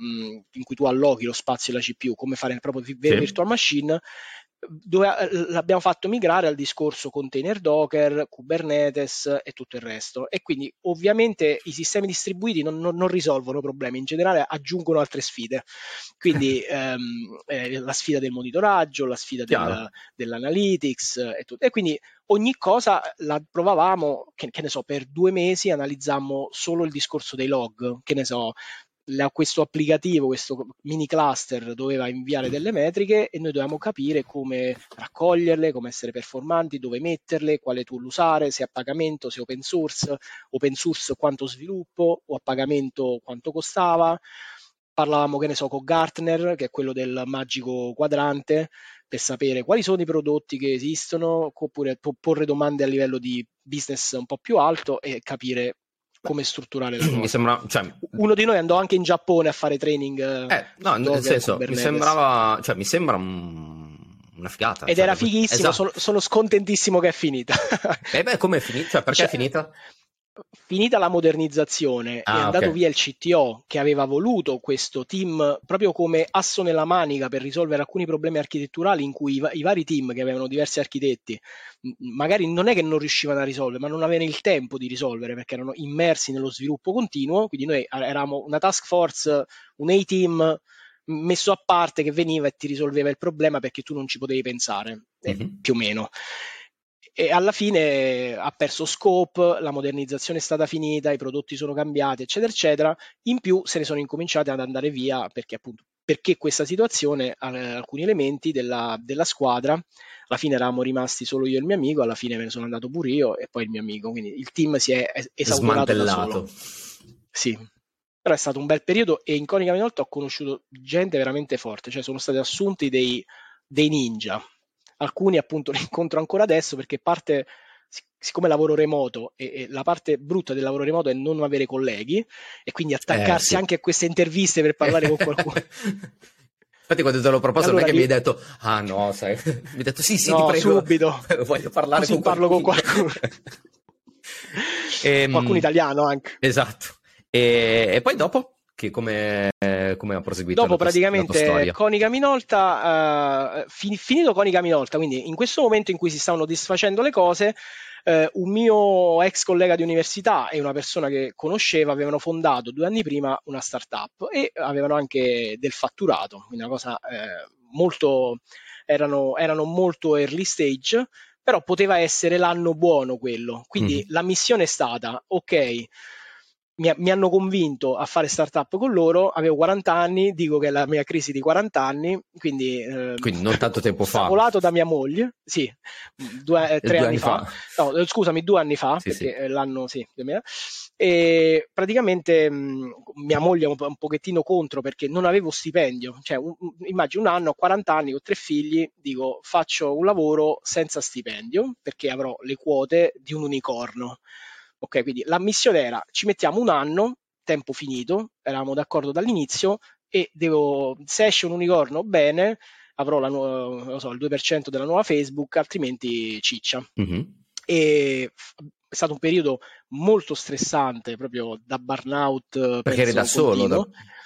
in cui tu allochi lo spazio e la C P U, come fare proprio vero Sì. virtual machine, dove l'abbiamo fatto migrare al discorso container Docker, Kubernetes e tutto il resto. E quindi ovviamente i sistemi distribuiti non, non, non risolvono problemi, in generale aggiungono altre sfide. Quindi ehm, eh, la sfida del monitoraggio, la sfida del, dell'analytics e tutto. E quindi ogni cosa la provavamo, che, che ne so, per due mesi analizzammo solo il discorso dei log, che ne so, la, questo applicativo, questo mini cluster doveva inviare delle metriche e noi dovevamo capire come raccoglierle, come essere performanti, dove metterle, quale tool usare, se a pagamento, se open source, open source quanto sviluppo, o a pagamento quanto costava. Parlavamo, che ne so, con Gartner, che è quello del magico quadrante, per sapere quali sono i prodotti che esistono, oppure porre domande a livello di business un po' più alto e capire come strutturare la cosa. Mi sembra, cioè, uno di noi andò anche in Giappone a fare training. Eh, no, nel Docker, senso, mi Kubernetes. sembrava, cioè, mi sembra un, una figata. Ed cioè, era fighissimo, esatto. sono, sono scontentissimo che è finita. E beh, come è finita? Cioè, perché cioè, è finita? Finita la modernizzazione, Ah, è andato okay. via il C T O che aveva voluto questo team proprio come asso nella manica per risolvere alcuni problemi architetturali in cui i, i vari team che avevano diversi architetti magari non è che non riuscivano a risolvere, ma non avevano il tempo di risolvere perché erano immersi nello sviluppo continuo. Quindi noi eravamo una task force, un A-team messo a parte che veniva e ti risolveva il problema perché tu non ci potevi pensare, eh, mm-hmm. più o meno. E alla fine ha perso scope, la modernizzazione è stata finita, i prodotti sono cambiati, eccetera, eccetera. In più se ne sono incominciati ad andare via perché appunto perché questa situazione, alcuni elementi della, della squadra, alla fine eravamo rimasti solo io e il mio amico, alla fine me ne sono andato pure io e poi il mio amico, quindi il team si è esautorato da solo. Sì, però è stato un bel periodo e in Konica Minolta ho conosciuto gente veramente forte, cioè sono stati assunti dei, dei ninja. Alcuni appunto li incontro ancora adesso perché parte, siccome lavoro remoto e, e la parte brutta del lavoro remoto è non avere colleghi e quindi attaccarsi eh, sì. anche a queste interviste per parlare con qualcuno. Infatti quando te l'ho proposto allora, non è che mi hai detto ah no, sai, mi hai detto sì sì no, ti prego, subito. voglio parlare Così con parlo qualcuno. con qualcuno. e, qualcuno italiano anche. Esatto. E, e poi dopo? che come, come ha proseguito Dopo la tua, la tua praticamente storia? Konica Minolta, eh, fi- finito Konica Minolta, quindi in questo momento in cui si stavano disfacendo le cose, eh, un mio ex collega di università e una persona che conosceva avevano fondato due anni prima una startup e avevano anche del fatturato, quindi una cosa eh, molto, erano, erano molto early stage, però poteva essere l'anno buono quello. Quindi Mhm. la missione è stata, ok, mi, mi hanno convinto a fare startup con loro, avevo quaranta anni, dico che è la mia crisi di quaranta anni, quindi eh, Quindi non tanto tempo fa, ostacolato da mia moglie, sì, due, eh, eh, tre due anni anni fa, fa. no, eh, scusami, due anni fa, Sì, perché sì. è l'anno, sì, duemila, e praticamente mh, mia moglie è un, po- un pochettino contro perché non avevo stipendio, cioè un, un- immagino un anno, ho quaranta anni, ho tre figli, dico faccio un lavoro senza stipendio perché avrò le quote di un unicorno. Ok, quindi la missione era ci mettiamo un anno, tempo finito, eravamo d'accordo dall'inizio e devo, se esce un unicorno bene, avrò la nu- non so, il due per cento della nuova Facebook, altrimenti ciccia. Mhm. E f- è stato un periodo molto stressante, proprio da burnout, eh, Perché eri da penso, solo, da... continuo.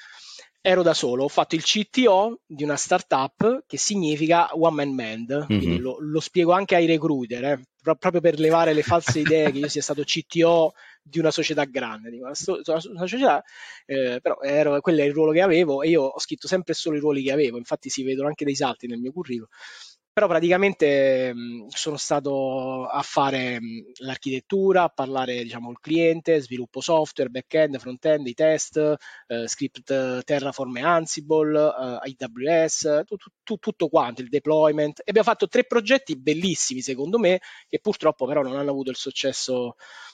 Ero da solo, ho fatto il C T O di una startup che significa One Man Band, quindi Mhm. lo, lo spiego anche ai recruiter, eh, pro- proprio per levare le false idee che io sia stato C T O di una società grande. Dico, una, sto- una società, eh, però ero, quello è il ruolo che avevo e io ho scritto sempre solo i ruoli che avevo, infatti si vedono anche dei salti nel mio curriculum. Però praticamente mh, sono stato a fare mh, l'architettura, a parlare diciamo col cliente, sviluppo software, back-end, front-end, i test, eh, script eh, Terraform e Ansible, eh, A W S, tu- tu- tutto quanto, il deployment. E abbiamo fatto tre progetti bellissimi secondo me, che purtroppo però non hanno avuto il successo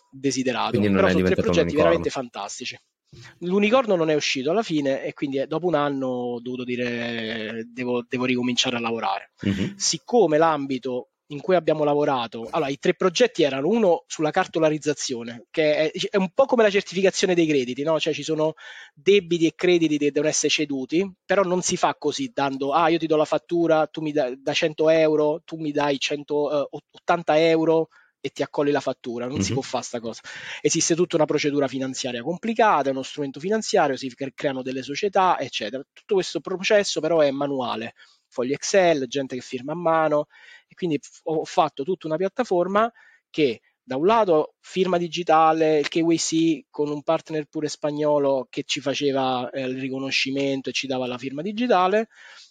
Quindi desiderato. non Però è sono tre diventato un progetti unicorno. veramente fantastici. L'unicorno non è uscito alla fine e quindi eh, dopo un anno ho dovuto dire devo, devo ricominciare a lavorare. Mhm. Siccome l'ambito in cui abbiamo lavorato, allora i tre progetti erano uno sulla cartolarizzazione, che è, è un po' come la certificazione dei crediti, no? Cioè ci sono debiti e crediti che devono essere ceduti, però non si fa così dando, ah io ti do la fattura, tu mi dai da cento euro, tu mi dai centottanta euro e ti accolli la fattura, non si può Mhm. fare sta cosa. Esiste tutta una procedura finanziaria complicata, è uno strumento finanziario, si creano delle società, eccetera. Tutto questo processo però è manuale, fogli Excel, gente che firma a mano, e quindi ho fatto tutta una piattaforma che da un lato firma digitale, il K Y C con un partner pure spagnolo che ci faceva eh, il riconoscimento e ci dava la firma digitale,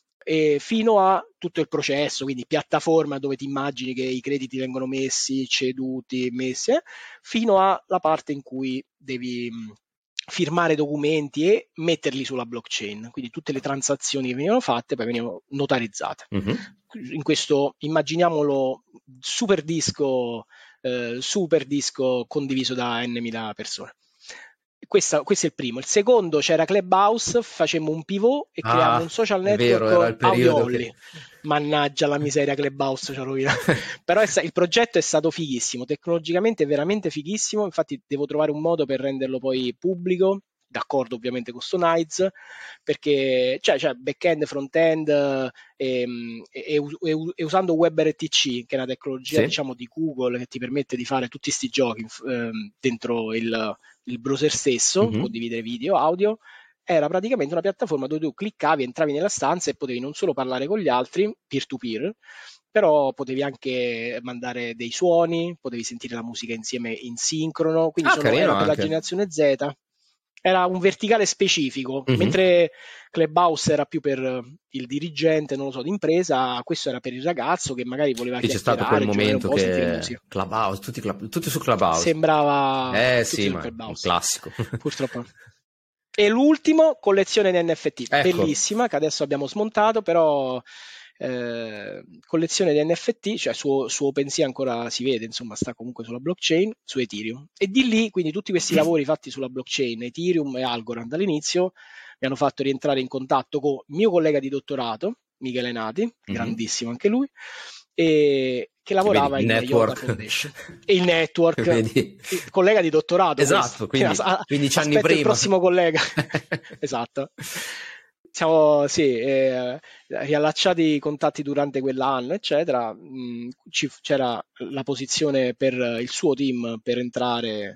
e fino a tutto il processo, quindi piattaforma dove ti immagini che i crediti vengono messi, ceduti, messi, eh, fino alla parte in cui devi mh, firmare documenti e metterli sulla blockchain. Quindi tutte le transazioni che venivano fatte poi venivano notarizzate. Mhm. In questo, immaginiamolo, super disco, eh, super disco condiviso da n mila persone. Questa, questo è il primo. Il secondo c'era Clubhouse, facemmo un pivot e creammo Ah, un social è vero, era il network audio periodo only. che... Mannaggia la miseria, Clubhouse ci ha rovinato. Però è sta- il progetto è stato fighissimo, tecnologicamente è veramente fighissimo, infatti devo trovare un modo per renderlo poi pubblico, d'accordo ovviamente con Stonides, perché cioè, cioè back-end, front-end eh, e, e- e- e usando WebRTC, che è una tecnologia Sì. diciamo di Google che ti permette di fare tutti questi giochi ehm, dentro il, il browser stesso, Mhm. condividere video, audio, era praticamente una piattaforma dove tu cliccavi, entravi nella stanza e potevi non solo parlare con gli altri, peer-to-peer, però potevi anche mandare dei suoni, potevi sentire la musica insieme in sincrono, quindi Ah, sono, carino era per la anche. generazione Z, era un verticale specifico, Mhm. mentre Clubhouse era più per il dirigente, non lo so, d'impresa, questo era per il ragazzo che magari voleva Sì, c'è stato quel chiacchierare, giocare un momento po', sentire musica. che Clubhouse, tutti, club- tutti su Clubhouse. Sembrava Eh tutti sì, su ma è un Clubhouse, classico. purtroppo. E l'ultimo, collezione di N F T, Ecco, bellissima, che adesso abbiamo smontato, però eh, collezione di N F T, cioè su, su OpenSea ancora si vede, insomma, sta comunque sulla blockchain, su Ethereum. E di lì, quindi tutti questi lavori fatti sulla blockchain, Ethereum e Algorand all'inizio, mi hanno fatto rientrare in contatto con il mio collega di dottorato, Michele Nati, mhm. grandissimo anche lui, e che Che vedi, lavorava il in Yoda network, Foundation. E il network, vedi? il collega di dottorato questo. Esatto, quindi quindici anni Aspetto il prima. prossimo collega. Esatto. Siamo, sì, eh, riallacciati i contatti durante quell'anno, eccetera. Mh, ci- c'era la posizione per il suo team per entrare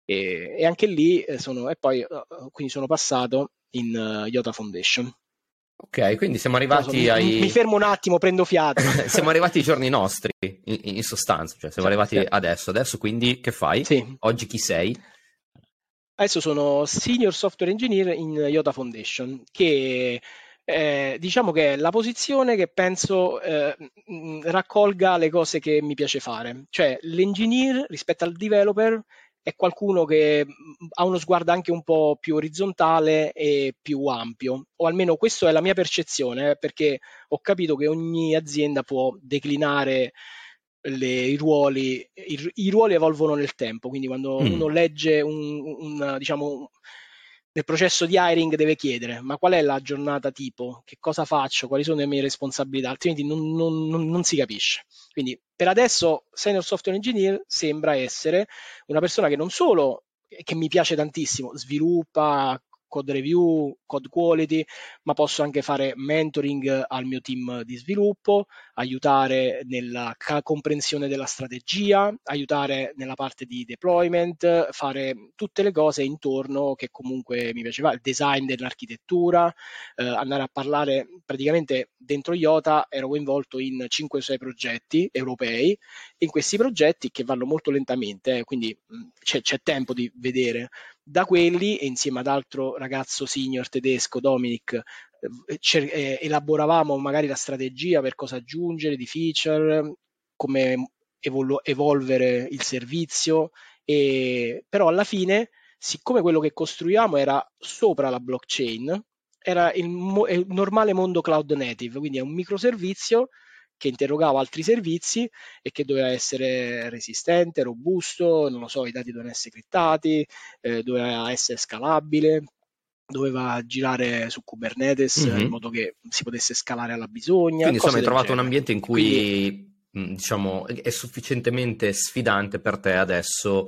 e, e anche lì eh, sono, e poi uh, quindi sono passato in uh, Iota Foundation. Ok, quindi siamo So, arrivati mi, ai... mi fermo un attimo, prendo fiato. siamo arrivati ai giorni nostri, in, in sostanza, cioè siamo Cioè, arrivati sì. adesso. Adesso quindi che fai? Sì. Oggi chi sei? Adesso sono Senior Software Engineer in Iota Foundation, che eh, diciamo che è la posizione che penso eh, mh, raccolga le cose che mi piace fare. Cioè, l'engineer rispetto al developer è qualcuno che mh, ha uno sguardo anche un po' più orizzontale e più ampio, o almeno questa è la mia percezione, eh, perché ho capito che ogni azienda può declinare le, i, ruoli, i, i, ruoli evolvono nel tempo, quindi quando Mm. uno legge un, un diciamo, nel processo di hiring deve chiedere ma qual è la giornata tipo, che cosa faccio, quali sono le mie responsabilità, altrimenti non, non, non, non si capisce. Quindi per adesso Senior Software Engineer sembra essere una persona che non solo, che mi piace tantissimo, sviluppa code review, code quality, ma posso anche fare mentoring al mio team di sviluppo, aiutare nella ca- comprensione della strategia, aiutare nella parte di deployment, fare tutte le cose intorno che comunque mi piaceva, il design dell'architettura, eh, andare a parlare praticamente dentro Iota ero coinvolto in cinque o sei progetti europei, in questi progetti che vanno molto lentamente, eh, quindi mh, c'è, c'è tempo di vedere da quelli e insieme ad altro ragazzo senior tedesco, Dominic, eh, cer- eh, elaboravamo magari la strategia per cosa aggiungere di feature, come evolu- evolvere il servizio, e, però alla fine, siccome quello che costruiamo era sopra la blockchain, era il, mo- il normale mondo cloud native, quindi è un microservizio che interrogava altri servizi e che doveva essere resistente, robusto, non lo so, i dati dovevano essere criptati, eh, doveva essere scalabile, doveva girare su Kubernetes in Mm-hmm. modo che si potesse scalare alla bisogna, Quindi insomma cose hai del trovato un genere. ambiente in Quindi cui mh, diciamo è sufficientemente sfidante per te adesso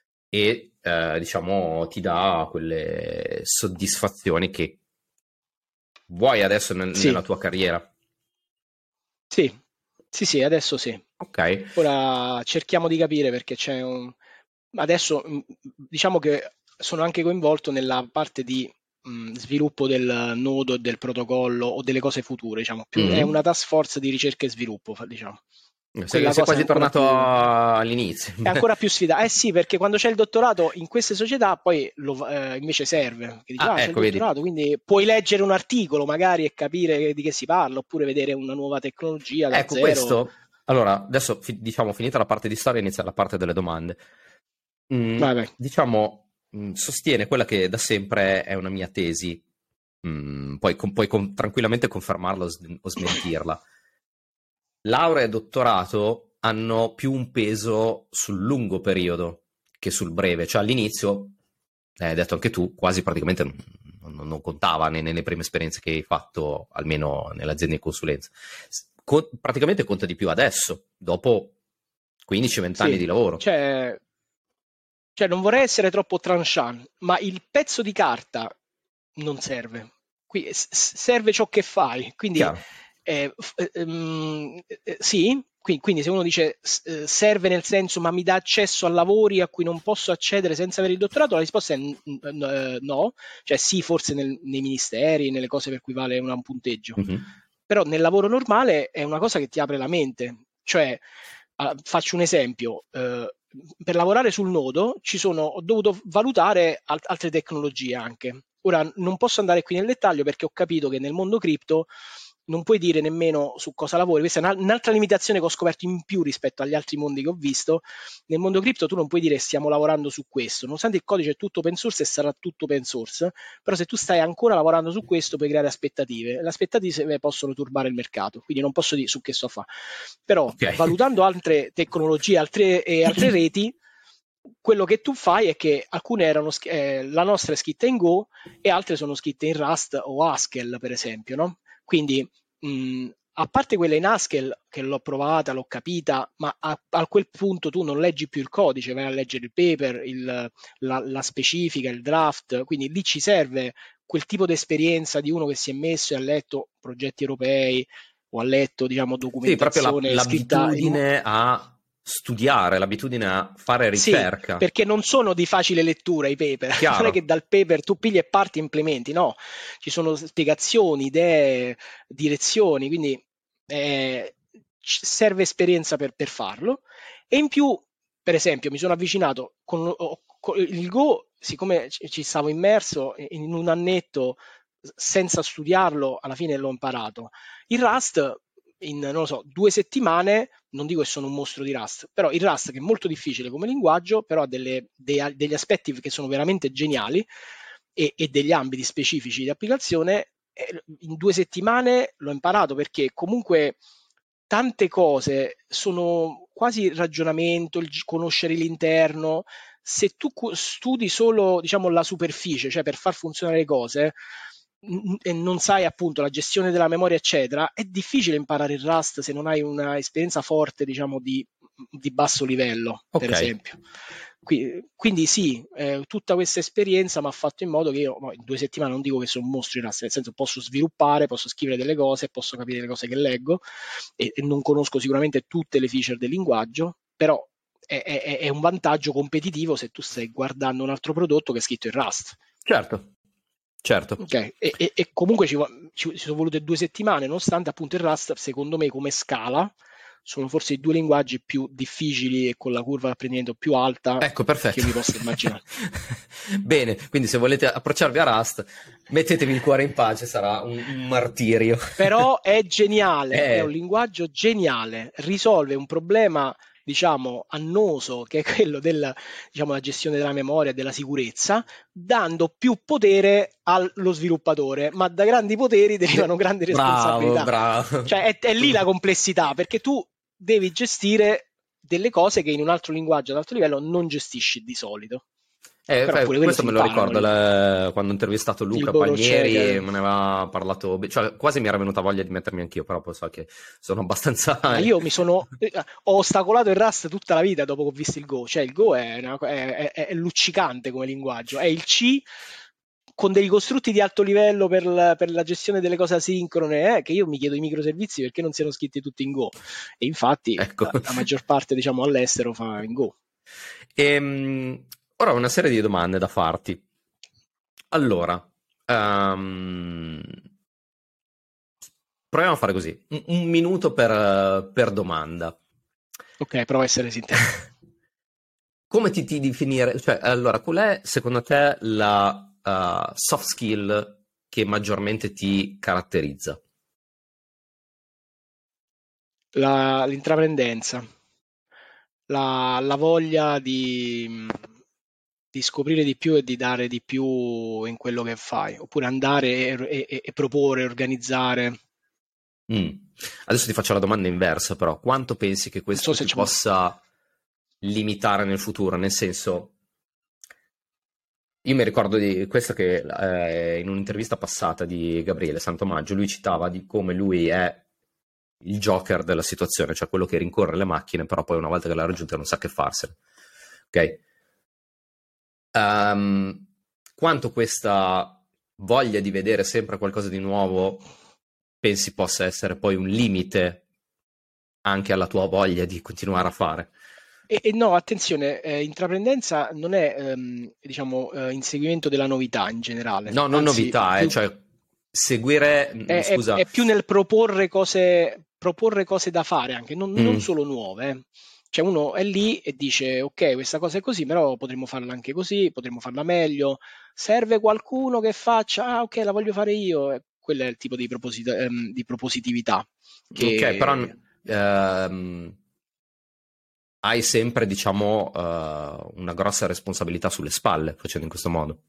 e eh, diciamo ti dà quelle soddisfazioni che vuoi adesso nel- sì, nella tua carriera. sì, sì, sì, adesso sì. Ok. Ora cerchiamo di capire perché c'è un... Adesso mh, diciamo che sono anche coinvolto nella parte di mh, sviluppo del nodo e del protocollo o delle cose future, diciamo. Più, è una Mm. task force di ricerca e sviluppo, fa- diciamo. Sei, Quella sei cosa è quasi ancora tornato più, all'inizio. è ancora più sfida. Eh sì, perché quando c'è il dottorato in queste società poi lo, eh, invece serve. Che dici, Ah, ah, c'è il ecco, vedi. dottorato, quindi puoi leggere un articolo magari e capire di che si parla, oppure vedere una nuova tecnologia da Ecco, zero. questo. Allora, adesso fi- diciamo finita la parte di storia, inizia la parte delle domande. Mm, Vai, vai. diciamo, mm, sostiene quella che da sempre è una mia tesi. Mm, poi con- puoi con- tranquillamente confermarla o, s- o smentirla. Laurea e dottorato hanno più un peso sul lungo periodo che sul breve, cioè all'inizio, hai detto anche tu, quasi praticamente non, non- non contava ne- nelle prime esperienze che hai fatto, almeno nell'azienda di consulenza. S- co- praticamente conta di più adesso, dopo quindici venti anni Sì, di lavoro. cioè, cioè non vorrei essere troppo tranchant, ma il pezzo di carta non serve. Qui s- s- serve ciò che fai. Quindi Chiaro. eh, f- eh, ehm, eh, sì, qui- quindi se uno dice s- eh, serve nel senso ma mi dà accesso a lavori a cui non posso accedere senza avere il dottorato, la risposta è n- n- eh, no, cioè sì, forse nel- nei ministeri, nelle cose per cui vale una- un punteggio, Mhm. però nel lavoro normale è una cosa che ti apre la mente, cioè ah, faccio un esempio, eh, per lavorare sul nodo ci sono, ho dovuto valutare al- altre tecnologie anche. Ora non posso andare qui nel dettaglio perché ho capito che nel mondo cripto non puoi dire nemmeno su cosa lavori. Questa è una- un'altra limitazione che ho scoperto in più rispetto agli altri mondi che ho visto. Nel mondo cripto tu non puoi dire stiamo lavorando su questo, nonostante il codice è tutto open source e sarà tutto open source, però se tu stai ancora lavorando su questo puoi creare aspettative. Le aspettative possono turbare il mercato, quindi non posso dire su che sto a fare. Però Ok. valutando altre tecnologie altre, e altre reti, quello che tu fai è che alcune erano, eh, la nostra è scritta in Go e altre sono scritte in Rust o Haskell, per esempio, no? Quindi, mh, a parte quella in Haskell, che l'ho provata, l'ho capita, ma a, a quel punto tu non leggi più il codice, vai a leggere il paper, il, la, la specifica, il draft, quindi lì ci serve quel tipo di esperienza di uno che si è messo e ha letto progetti europei o ha letto, diciamo, Sì, proprio la- documentazione scritta in... l'abitudine a studiare, l'abitudine a fare Sì, ricerca. perché non sono di facile lettura i paper, non è Chiaro. che dal paper tu pigli e parti e implementi, no, ci sono spiegazioni, idee, direzioni, quindi eh, ci- serve esperienza per, per farlo. E in più, per esempio, mi sono avvicinato con, ho- con il Go, siccome ci ci stavo immerso in un annetto senza studiarlo, alla fine l'ho imparato. Il Rust, in, non lo so, due settimane, non dico che sono un mostro di Rust, però il Rust, che è molto difficile come linguaggio, però ha delle- dei- degli aspetti che sono veramente geniali e, e degli ambiti specifici di applicazione, eh, in due settimane l'ho imparato perché comunque tante cose sono quasi ragionamento, il gi- conoscere l'interno. Se tu cu- studi solo, diciamo, la superficie, cioè per far funzionare le cose, n- e non sai appunto la gestione della memoria, eccetera, è difficile imparare il Rust se non hai un'esperienza forte, diciamo, di, di basso livello, per Ok, esempio. Qui- quindi sì, eh, tutta questa esperienza mi ha fatto in modo che io no, in due settimane non dico che sono un mostro in Rust, nel senso posso sviluppare, posso scrivere delle cose, posso capire le cose che leggo e, e non conosco sicuramente tutte le feature del linguaggio, però è, è- è un vantaggio competitivo se tu stai guardando un altro prodotto che è scritto in Rust. certo, certo. Ok, e, e- e comunque ci, vo- ci- ci sono volute due settimane, nonostante appunto il Rust, secondo me, come scala, sono forse i due linguaggi più difficili e con la curva di apprendimento più alta Ecco, che perfetto. mi possa immaginare. Bene, quindi se volete approcciarvi a Rust, mettetevi il cuore in pace, sarà un, un martirio. Però è geniale, è un Eh, linguaggio geniale, risolve un problema, diciamo, annoso, che è quello della, diciamo, la gestione della memoria e della sicurezza, dando più potere allo sviluppatore, ma da grandi poteri derivano de- grandi bravo, responsabilità. bravo. Cioè è, è lì la complessità, perché tu devi gestire delle cose che in un altro linguaggio ad alto livello non gestisci di solito. Eh, Però fe- pure quello questo si me lo imparano ricordo lì. le- quando ho intervistato Il Luca Goro Palmieri, checker. me ne aveva parlato, be- cioè quasi mi era venuta voglia di mettermi anch'io, però poi so che sono abbastanza... Ma io mi sono eh, ho ostacolato il Rust tutta la vita dopo che ho visto il Go. Cioè, il Go è, una- è- è- è luccicante come linguaggio. È il C con dei costrutti di alto livello per la, per la gestione delle cose asincrone, eh, che io mi chiedo i microservizi perché non siano scritti tutti in Go. E infatti Ecco. la, la maggior parte, diciamo, all'estero fa in Go. Ehm, ora ho una serie di domande da farti. Allora, ehm, proviamo a fare così, un, un minuto per, per domanda. Ok, provo a essere sintetico. Come ti, ti definire, cioè, allora, qual è secondo te la uh, soft skill che maggiormente ti caratterizza? La- l'intraprendenza, la, la voglia di, di scoprire di più e di dare di più in quello che fai, oppure andare e, e- e proporre, organizzare. Mm. Adesso ti faccio la domanda inversa, però. Quanto pensi che Non so questo se ti c'è un... possa limitare nel futuro? Nel senso, io mi ricordo di questo che eh, in un'intervista passata di Gabriele Santomaggio, lui citava di come lui è il Joker della situazione, cioè quello che rincorre le macchine, però poi una volta che l'ha raggiunta non sa che farsene. Ok? Ehm, quanto questa voglia di vedere sempre qualcosa di nuovo pensi possa essere poi un limite anche alla tua voglia di continuare a fare? E, e no, attenzione, eh, intraprendenza non è, ehm, diciamo, eh, inseguimento della novità in generale, No, non anzi, novità, eh, più, cioè seguire, mm, è, è- scusa, è più nel proporre cose, proporre cose da fare anche, non, non mm, solo nuove. eh. Cioè uno è lì e dice, ok, questa cosa è così, però potremmo farla anche così, potremmo farla meglio. Serve qualcuno che faccia, ah, ok, la voglio fare io. E quello è il tipo di, proposit- ehm, di propositività ok, però che ehm, hai sempre, diciamo, eh, una grossa responsabilità sulle spalle facendo in questo modo.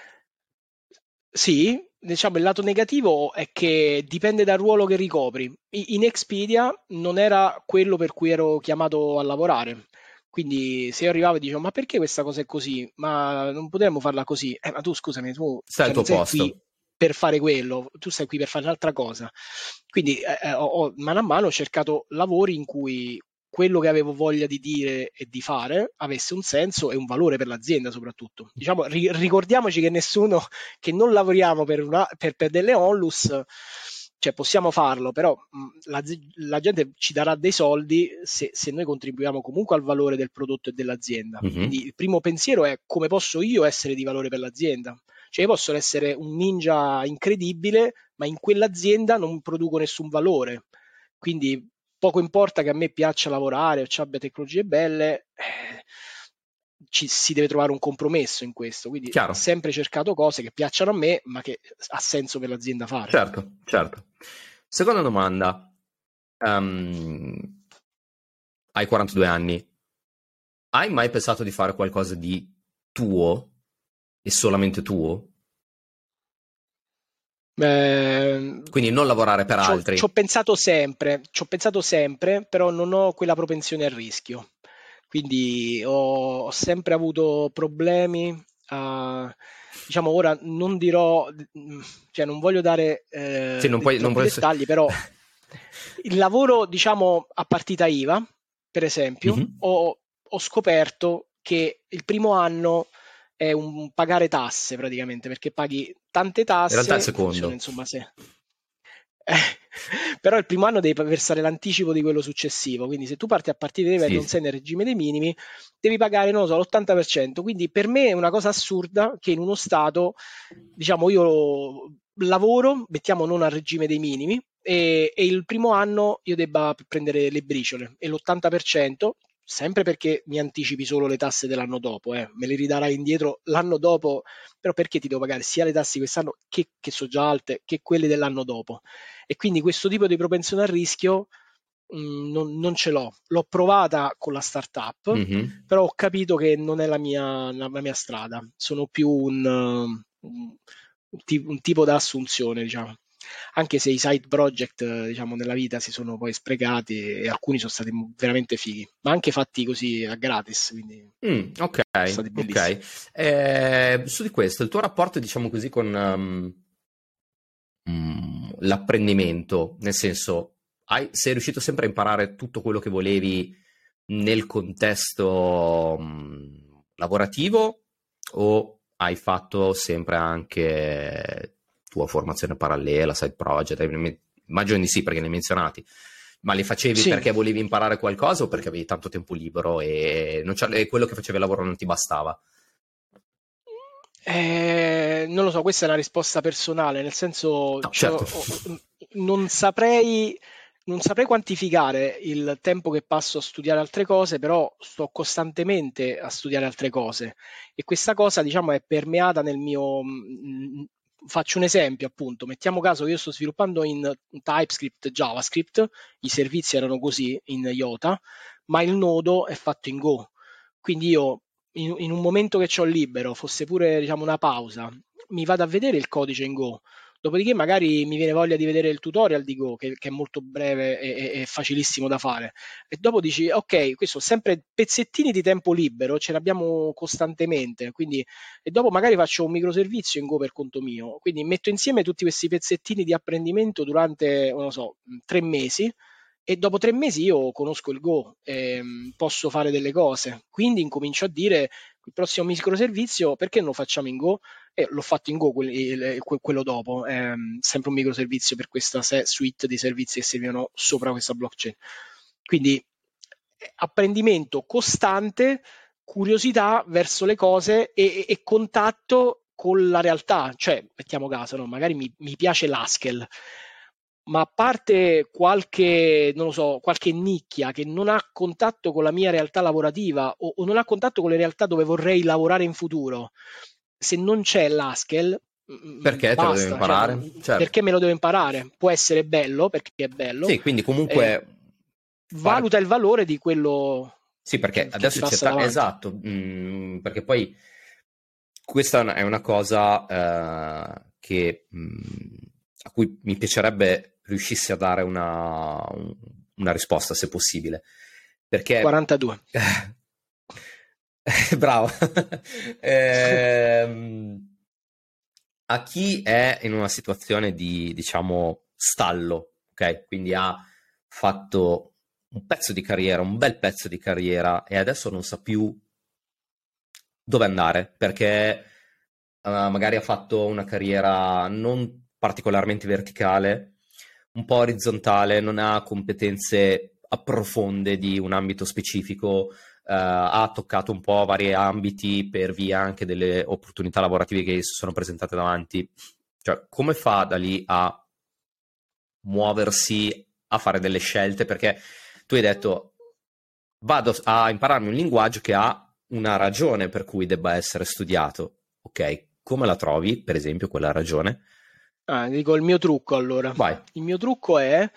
sì, diciamo il lato negativo è che dipende dal ruolo che ricopri. I- In Expedia non era quello per cui ero chiamato a lavorare. Quindi se io arrivavo e dicevo, ma perché questa cosa è così? Ma non potremmo farla così? Eh, ma tu scusami, tu Stai al cioè, non tuo sei qui posto. per fare quello, tu sei qui per fare un'altra cosa. Quindi eh, eh, ho, ho- mano a mano ho cercato lavori in cui quello che avevo voglia di dire e di fare avesse un senso e un valore per l'azienda soprattutto. Diciamo, ri- ricordiamoci che nessuno che non lavoriamo per, una, per, per delle onlus, cioè possiamo farlo, però mh, la, la gente ci darà dei soldi se, se noi contribuiamo comunque al valore del prodotto e dell'azienda. Mhm. Quindi il primo pensiero è: come posso io essere di valore per l'azienda? Cioè io posso essere un ninja incredibile, ma in quell'azienda non produco nessun valore. Quindi poco importa che a me piaccia lavorare o ci abbia tecnologie belle, eh, ci, si deve trovare un compromesso in questo. Quindi ho Chiaro, sempre cercato cose che piacciono a me, ma che ha senso per l'azienda fare. certo, certo. Seconda domanda. Ehm, hai quarantadue anni. Hai mai pensato di fare qualcosa di tuo e solamente tuo? Eh, Quindi non lavorare per ci ho ci ho altri. pensato sempre, ci ho pensato sempre, però non ho quella propensione al rischio. Quindi ho, ho sempre avuto problemi a, diciamo, ora non dirò, mm, cioè non voglio dare Sì, eh, non dei puoi, non troppi puoi essere... dettagli, però il lavoro, diciamo, a partita I V A, per esempio, Mhm. ho, ho scoperto che il primo anno è un pagare tasse praticamente, perché paghi tante In realtà è il tasse, funziona secondo. insomma se... Eh, però il primo anno devi versare l'anticipo di quello successivo, quindi se tu parti a partita I V A e Sì, non sì. sei nel regime dei minimi, devi pagare, non lo so, l'ottanta per cento. Quindi per me è una cosa assurda che in uno Stato, diciamo, io lavoro, mettiamo non al regime dei minimi, e, e il primo anno io debba prendere le briciole e l'ottanta per cento, sempre perché mi anticipi solo le tasse dell'anno dopo, eh, me le ridarai indietro l'anno dopo, però perché ti devo pagare sia le tasse quest'anno che, che sono già alte che quelle dell'anno dopo? E quindi questo tipo di propensione al rischio mh, non, non ce l'ho. L'ho provata con la startup, Mhm. però ho capito che non è la mia, la mia strada. Sono più un, uh, un, un tipo, un tipo da assunzione, diciamo. Anche se i side project, eh, diciamo, nella vita si sono poi sprecati e alcuni sono stati veramente fighi, ma anche fatti così a gratis, quindi sono Mm, ok, stati bellissimi. ok. Eh, su di questo, il tuo rapporto, diciamo così, con um, mm, l'apprendimento, nel senso, hai- sei riuscito sempre a imparare tutto quello che volevi nel contesto mm, lavorativo o hai fatto sempre anche tua formazione parallela, side project? Immagino di sì, perché ne hai menzionati. Ma li facevi Sì, perché volevi imparare qualcosa o perché avevi tanto tempo libero e, non c'è- e quello che facevi al lavoro non ti bastava? Eh, non lo so, questa è una risposta personale, nel senso, No, c'ho- certo. ho- non saprei, non saprei quantificare il tempo che passo a studiare altre cose, però sto costantemente a studiare altre cose e questa cosa, diciamo, è permeata nel mio... mm, Faccio un esempio, appunto, mettiamo caso che io sto sviluppando in TypeScript, JavaScript, i servizi erano così in Iota, ma il nodo è fatto in Go. Quindi io in, in un momento che ho libero, fosse pure diciamo una pausa, mi vado a vedere il codice in Go. Dopodiché magari mi viene voglia di vedere il tutorial di Go, che, che è molto breve e, e- e facilissimo da fare. E dopo dici, ok, questo sono sempre pezzettini di tempo libero, ce l'abbiamo costantemente. Quindi, e dopo magari faccio un microservizio in Go per conto mio. Quindi metto insieme tutti questi pezzettini di apprendimento durante, non lo so, tre mesi e dopo tre mesi io conosco il Go, ehm, posso fare delle cose, quindi incomincio a dire il prossimo microservizio perché non lo facciamo in Go? E l'ho fatto in Go quel- il- que- quello dopo, ehm, sempre un microservizio per questa se- suite di servizi che servivano sopra questa blockchain. Quindi eh, apprendimento costante, curiosità verso le cose e, e- e contatto con la realtà, cioè mettiamo caso, no? Magari mi, mi piace l'Haskell, ma a parte qualche, non lo so, qualche nicchia che non ha contatto con la mia realtà lavorativa o, o non ha contatto con le realtà dove vorrei lavorare in futuro, se non c'è l'Haskell, mm, Perché te lo devi basta, cioè, non- imparare? Certo. perché me lo devo imparare? Può essere bello, perché è bello, Sì, quindi eh, comunque fare... valuta il valore di quello Sì, perché che, che ti adesso c'è... passa ta- davanti. Esatto, mm, perché poi questa è una, è una cosa eh, che, mm, a cui mi piacerebbe riuscissi a dare una, un- una risposta, se possibile. Perché... quarantadue. Bravo. Ehm, a chi è in una situazione di, diciamo, stallo, ok? Quindi ha fatto un pezzo di carriera, un bel pezzo di carriera e adesso non sa più dove andare perché uh, magari ha fatto una carriera non particolarmente verticale un po' orizzontale, non ha competenze profonde di un ambito specifico, eh, ha toccato un po' vari ambiti per via anche delle opportunità lavorative che si sono presentate davanti. Cioè, come fa da lì a muoversi, a fare delle scelte? Perché tu hai detto, vado a impararmi un linguaggio che ha una ragione per cui debba essere studiato. Ok, come la trovi, per esempio, quella ragione? Ah, dico il mio trucco allora. Vai. Il mio trucco è,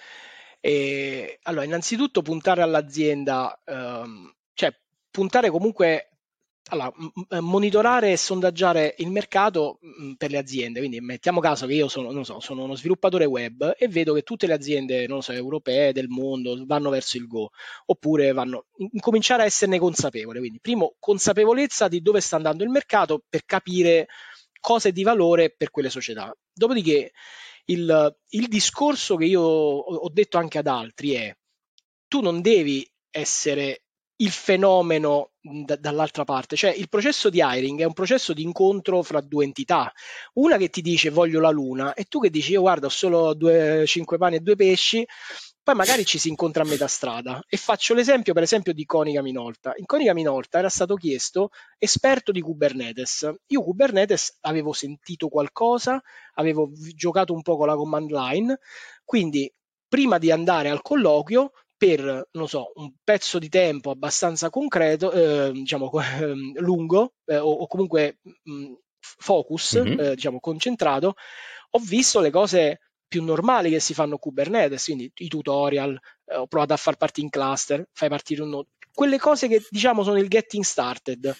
eh, allora, innanzitutto puntare all'azienda, ehm, cioè puntare comunque, allora, m- m- monitorare e sondaggiare il mercato mh, per le aziende. Quindi mettiamo caso che io sono, non so, sono uno sviluppatore web e vedo che tutte le aziende, non so, europee del mondo vanno verso il Go, oppure vanno, in- incominciare a esserne consapevole. Quindi, primo, consapevolezza di dove sta andando il mercato per capire cosa è di valore per quelle società. Dopodiché il, il discorso che io ho, ho detto anche ad altri è: tu non devi essere il fenomeno da, dall'altra parte, cioè il processo di hiring è un processo di incontro fra due entità, una che ti dice voglio la luna e tu che dici io guarda ho solo due, cinque pani e due pesci. Poi magari ci si incontra a metà strada e faccio l'esempio per esempio di Konica Minolta. In Konica Minolta era stato chiesto esperto di Kubernetes. Io Kubernetes avevo sentito qualcosa, avevo giocato un po' con la command line, quindi prima di andare al colloquio per, non so, un pezzo di tempo abbastanza concreto, eh, diciamo eh, lungo, eh, o, o, comunque mh, focus, Mm-hmm. eh, diciamo concentrato, ho visto le cose più normali che si fanno Kubernetes, quindi i tutorial, eh, ho provato a far partire in cluster, fai partire un node, quelle cose che diciamo sono il getting started.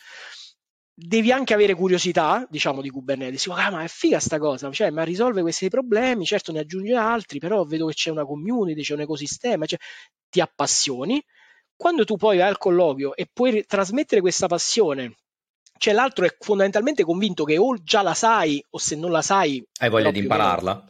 Devi anche avere curiosità, diciamo, di Kubernetes. Dico, ah, ma è figa sta cosa, cioè, ma risolve questi problemi, certo ne aggiunge altri, però vedo che c'è una community, c'è un ecosistema, cioè, ti appassioni. Quando tu poi vai al colloquio e puoi trasmettere questa passione, cioè l'altro è fondamentalmente convinto che o già la sai o se non la sai, Hai voglia però di più o meno impararla?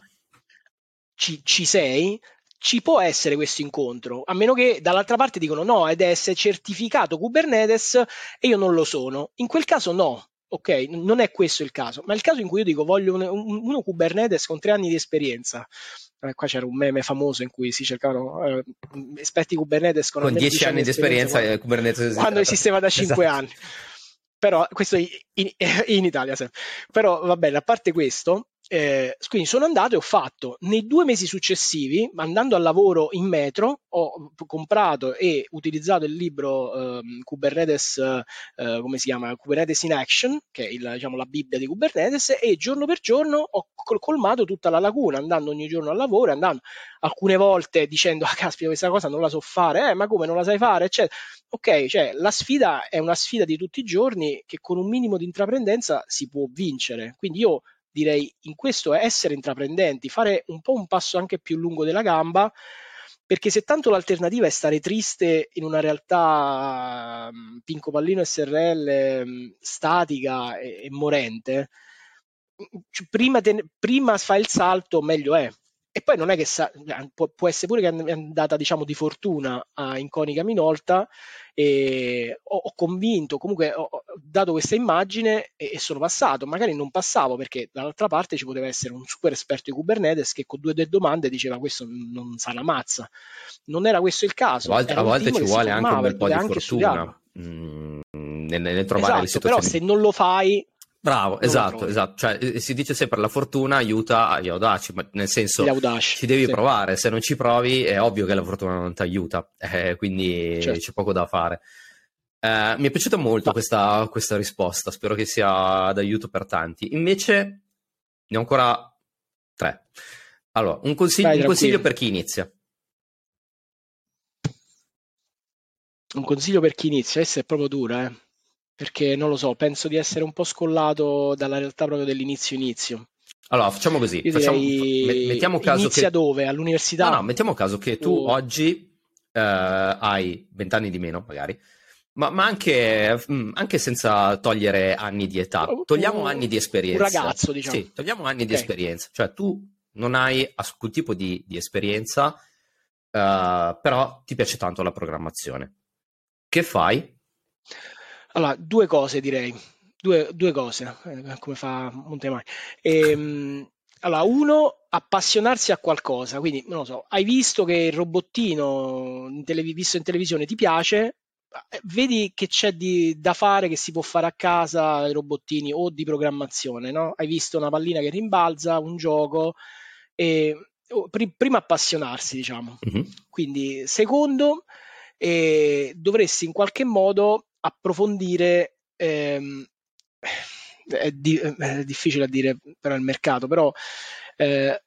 ci, ci sei, ci può essere questo incontro, a meno che dall'altra parte dicono no, ed è essere certificato Kubernetes e io non lo sono. In quel caso no, ok? Non è questo il caso, ma il caso in cui io dico voglio un, un, uno Kubernetes con tre anni di esperienza. Eh, qua c'era un meme famoso in cui si cercavano eh, esperti Kubernetes con Con almeno dieci dieci anni anni di di esperienza esperienza, quando, eh, Kubernetes quando esisteva. esisteva da cinque Esatto. anni. Però questo in, in, in Italia sempre. Però va bene, a parte questo, eh, quindi sono andato e ho fatto nei due mesi successivi, andando al lavoro in metro, ho comprato e utilizzato il libro eh, Kubernetes, eh, come si chiama? Kubernetes in Action, che è il, diciamo, la Bibbia di Kubernetes, e giorno per giorno ho colmato tutta la laguna, andando ogni giorno al lavoro, andando alcune volte dicendo, ah caspita questa cosa non la so fare, eh, ma come non la sai fare, eccetera. Ok, cioè la sfida è una sfida di tutti i giorni che con un minimo di intraprendenza si può vincere. Quindi io direi in questo è essere intraprendenti, fare un po' un passo anche più lungo della gamba, perché se tanto l'alternativa è stare triste in una realtà mh, Pinco Pallino S R L mh, statica e, e morente, mh, prima, te, prima fai il salto meglio è. E poi non è che sa, può, può essere pure che è andata diciamo di fortuna a Inconica Minolta e ho, ho convinto, comunque ho, ho dato questa immagine e, e sono passato. Magari non passavo perché dall'altra parte ci poteva essere un super esperto di Kubernetes che con due o tre domande diceva questo non sa la mazza. Non era questo il A caso, volte, era a un volte team ci che si vuole anche un formava e bel po' di poteva anche fortuna studiarlo. mh, nel, nel trovare le Esatto, però situazioni. se non lo fai Bravo, non la esatto, trovi. esatto. Cioè, eh, si dice sempre la fortuna aiuta gli audaci, ma nel Gli senso audaci, ci devi sì, provare, se non ci provi è ovvio che la fortuna non ti aiuta, eh, quindi certo. c'è poco da fare. Eh, mi è piaciuta molto Ma, questa, questa risposta, spero che sia d'aiuto per tanti. Invece ne ho ancora tre. Allora, un, consiglio, vai un consiglio tranquillo. per chi inizia. Un consiglio per chi inizia, questa è proprio dura, eh? Perché non lo so, penso di essere un po' scollato dalla realtà proprio dell'inizio inizio. Allora, facciamo così, Io facciamo, fa- met- direi mettiamo caso inizia che... dove? No, All'università? no, mettiamo caso che tu O... oggi eh, hai venti anni di meno, magari, ma, ma anche, mm, anche senza togliere anni di età. Togliamo anni di Un esperienza. ragazzo, diciamo. Sì, togliamo anni di Ok. esperienza. Cioè, tu non hai alcun tipo di, di esperienza, eh, però ti piace tanto la programmazione. Che fai? Allora, due cose direi. Due, due cose, eh, come fa Montemagno. Ehm, allora, uno, appassionarsi a qualcosa, quindi non lo so, hai visto che il robottino in tele- visto in televisione ti piace, eh, vedi che c'è di- da fare, che si può fare a casa, i robottini o di programmazione, no? Hai visto una pallina che rimbalza, un gioco, e o- pri- prima appassionarsi, diciamo. Mhm. Quindi, secondo, eh, dovresti in qualche modo approfondire, ehm, è, di- è difficile a dire però il mercato, però eh,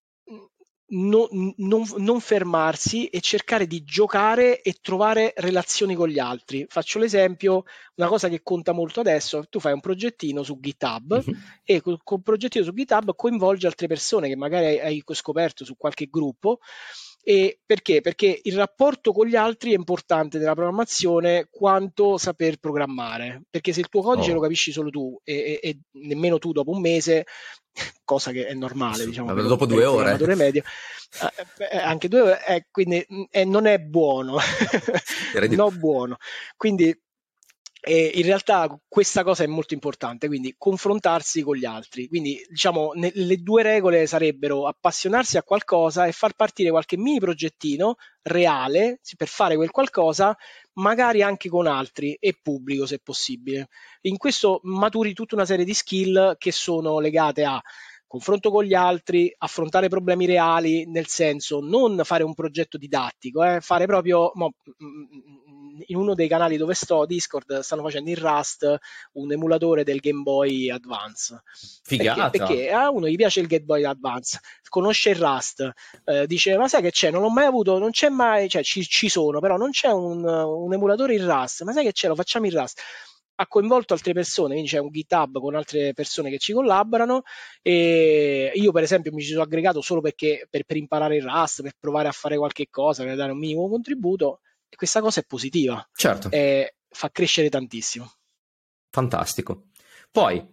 no- non, non fermarsi e cercare di giocare e trovare relazioni con gli altri. Faccio l'esempio, una cosa che conta molto adesso: tu fai un progettino su GitHub Mhm. e col, col progettino su GitHub coinvolgi altre persone che magari hai, hai scoperto su qualche gruppo. E perché? Perché il rapporto con gli altri è importante nella programmazione quanto saper programmare, perché se il tuo codice lo Oh, capisci solo tu e, e- e nemmeno tu dopo un mese, cosa che è normale, ass- diciamo, per, dopo per due il ore. programmatore medio, eh, eh, anche due, eh, quindi mh, eh, non è buono, Direi di- no buono. Quindi eh, in realtà questa cosa è molto importante, quindi confrontarsi con gli altri. Quindi diciamo ne- le due regole sarebbero appassionarsi a qualcosa e far partire qualche mini progettino reale sì, per fare quel qualcosa, magari anche con altri e pubblico se possibile. In questo maturi tutta una serie di skill che sono legate a confronto con gli altri, affrontare problemi reali, nel senso non fare un progetto didattico, eh, fare proprio mo, in uno dei canali dove sto, Discord, stanno facendo in Rust un emulatore del Game Boy Advance. Perché? Figata. Perché a uno gli piace il Game Boy Advance, conosce il Rust, eh, dice ma sai che c'è, non l'ho mai avuto, non c'è mai, cioè ci, ci sono, però non c'è un, un emulatore in Rust, ma sai che c'è, lo facciamo in Rust. Ha coinvolto altre persone, quindi c'è un GitHub con altre persone che ci collaborano e io per esempio mi ci sono aggregato solo perché per, per imparare il Rust, per provare a fare qualche cosa, per dare un minimo contributo e questa cosa è positiva, Certo, e fa crescere tantissimo. fantastico. Poi,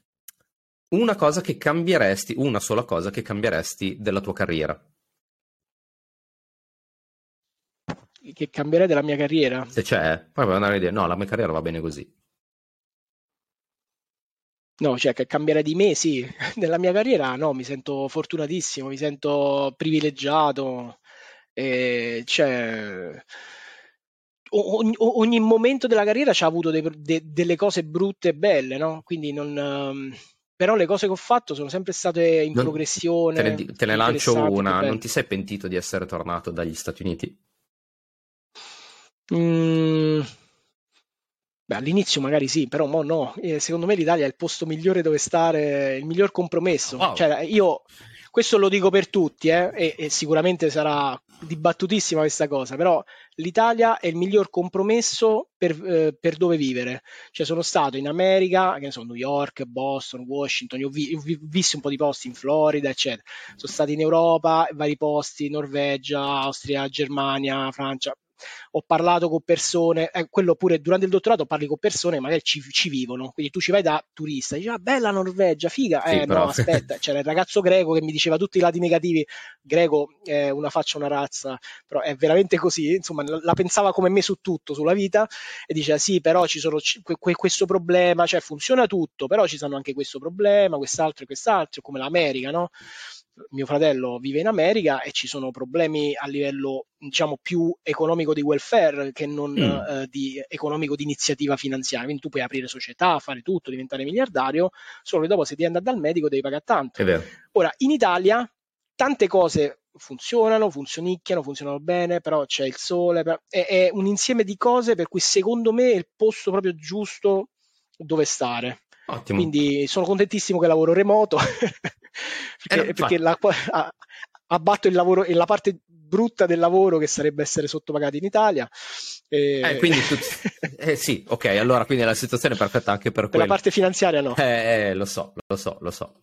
una cosa che cambieresti, una sola cosa che cambieresti della tua carriera. Che cambierei della mia carriera? Se c'è, poi puoi andare a dire, no, la mia carriera va bene così. No, cioè che cambierei di me, sì. Nella mia carriera no, mi sento fortunatissimo, mi sento privilegiato. E, cioè, o- ogni, o- ogni momento della carriera ci ha avuto dei- de- delle cose brutte e belle, no? Quindi non, ehm, però le cose che ho fatto sono sempre state in Non- te ne, progressione, di- te più ne lancio interessanti, più una. Non belle. ti sei pentito di essere tornato dagli Stati Uniti? Mm, beh, all'inizio magari sì, però mo no. Eh, secondo me l'Italia è il posto migliore dove stare, il miglior compromesso. Wow. Cioè, io questo lo dico per tutti, eh, e, e sicuramente sarà dibattutissima questa cosa, però l'Italia è il miglior compromesso per, eh, per dove vivere. Cioè, sono stato in America, che ne so, New York, Boston, Washington, io ho, vi- ho vi- visto un po' di posti in Florida, eccetera. Sono stato in Europa, vari posti, Norvegia, Austria, Germania, Francia. Ho parlato con persone, eh, quello pure durante il dottorato parli con persone che magari ci, ci vivono, quindi tu ci vai da turista, dici ah bella Norvegia, figa, Sì, eh no però... aspetta, c'era il ragazzo greco che mi diceva tutti i lati negativi, greco è una faccia, una razza, però è veramente così, insomma la, la pensava come me su tutto, sulla vita, e diceva sì però ci sono c- que- questo problema, cioè funziona tutto, però ci sono anche questo problema, quest'altro e quest'altro, come l'America, no? Mio fratello vive in America e ci sono problemi a livello diciamo più economico di welfare che non Mm, eh, di economico di iniziativa finanziaria, quindi tu puoi aprire società, fare tutto, diventare miliardario, solo che dopo se devi andare dal medico devi pagare tanto. è vero. Ora in Italia tante cose funzionano, funzionicchiano, funzionano bene, però c'è il sole, è, è un insieme di cose per cui secondo me è il posto proprio giusto dove stare. Ottimo. Quindi sono contentissimo che lavoro remoto Eh, no, perché, perché infatti... la, abbatto il lavoro e la parte brutta del lavoro che sarebbe essere sottopagati in Italia. Eh, E... quindi tu... Eh sì, ok, allora quindi la situazione è perfetta anche per per la quello. parte finanziaria no. Eh, eh, lo so, lo so, lo so.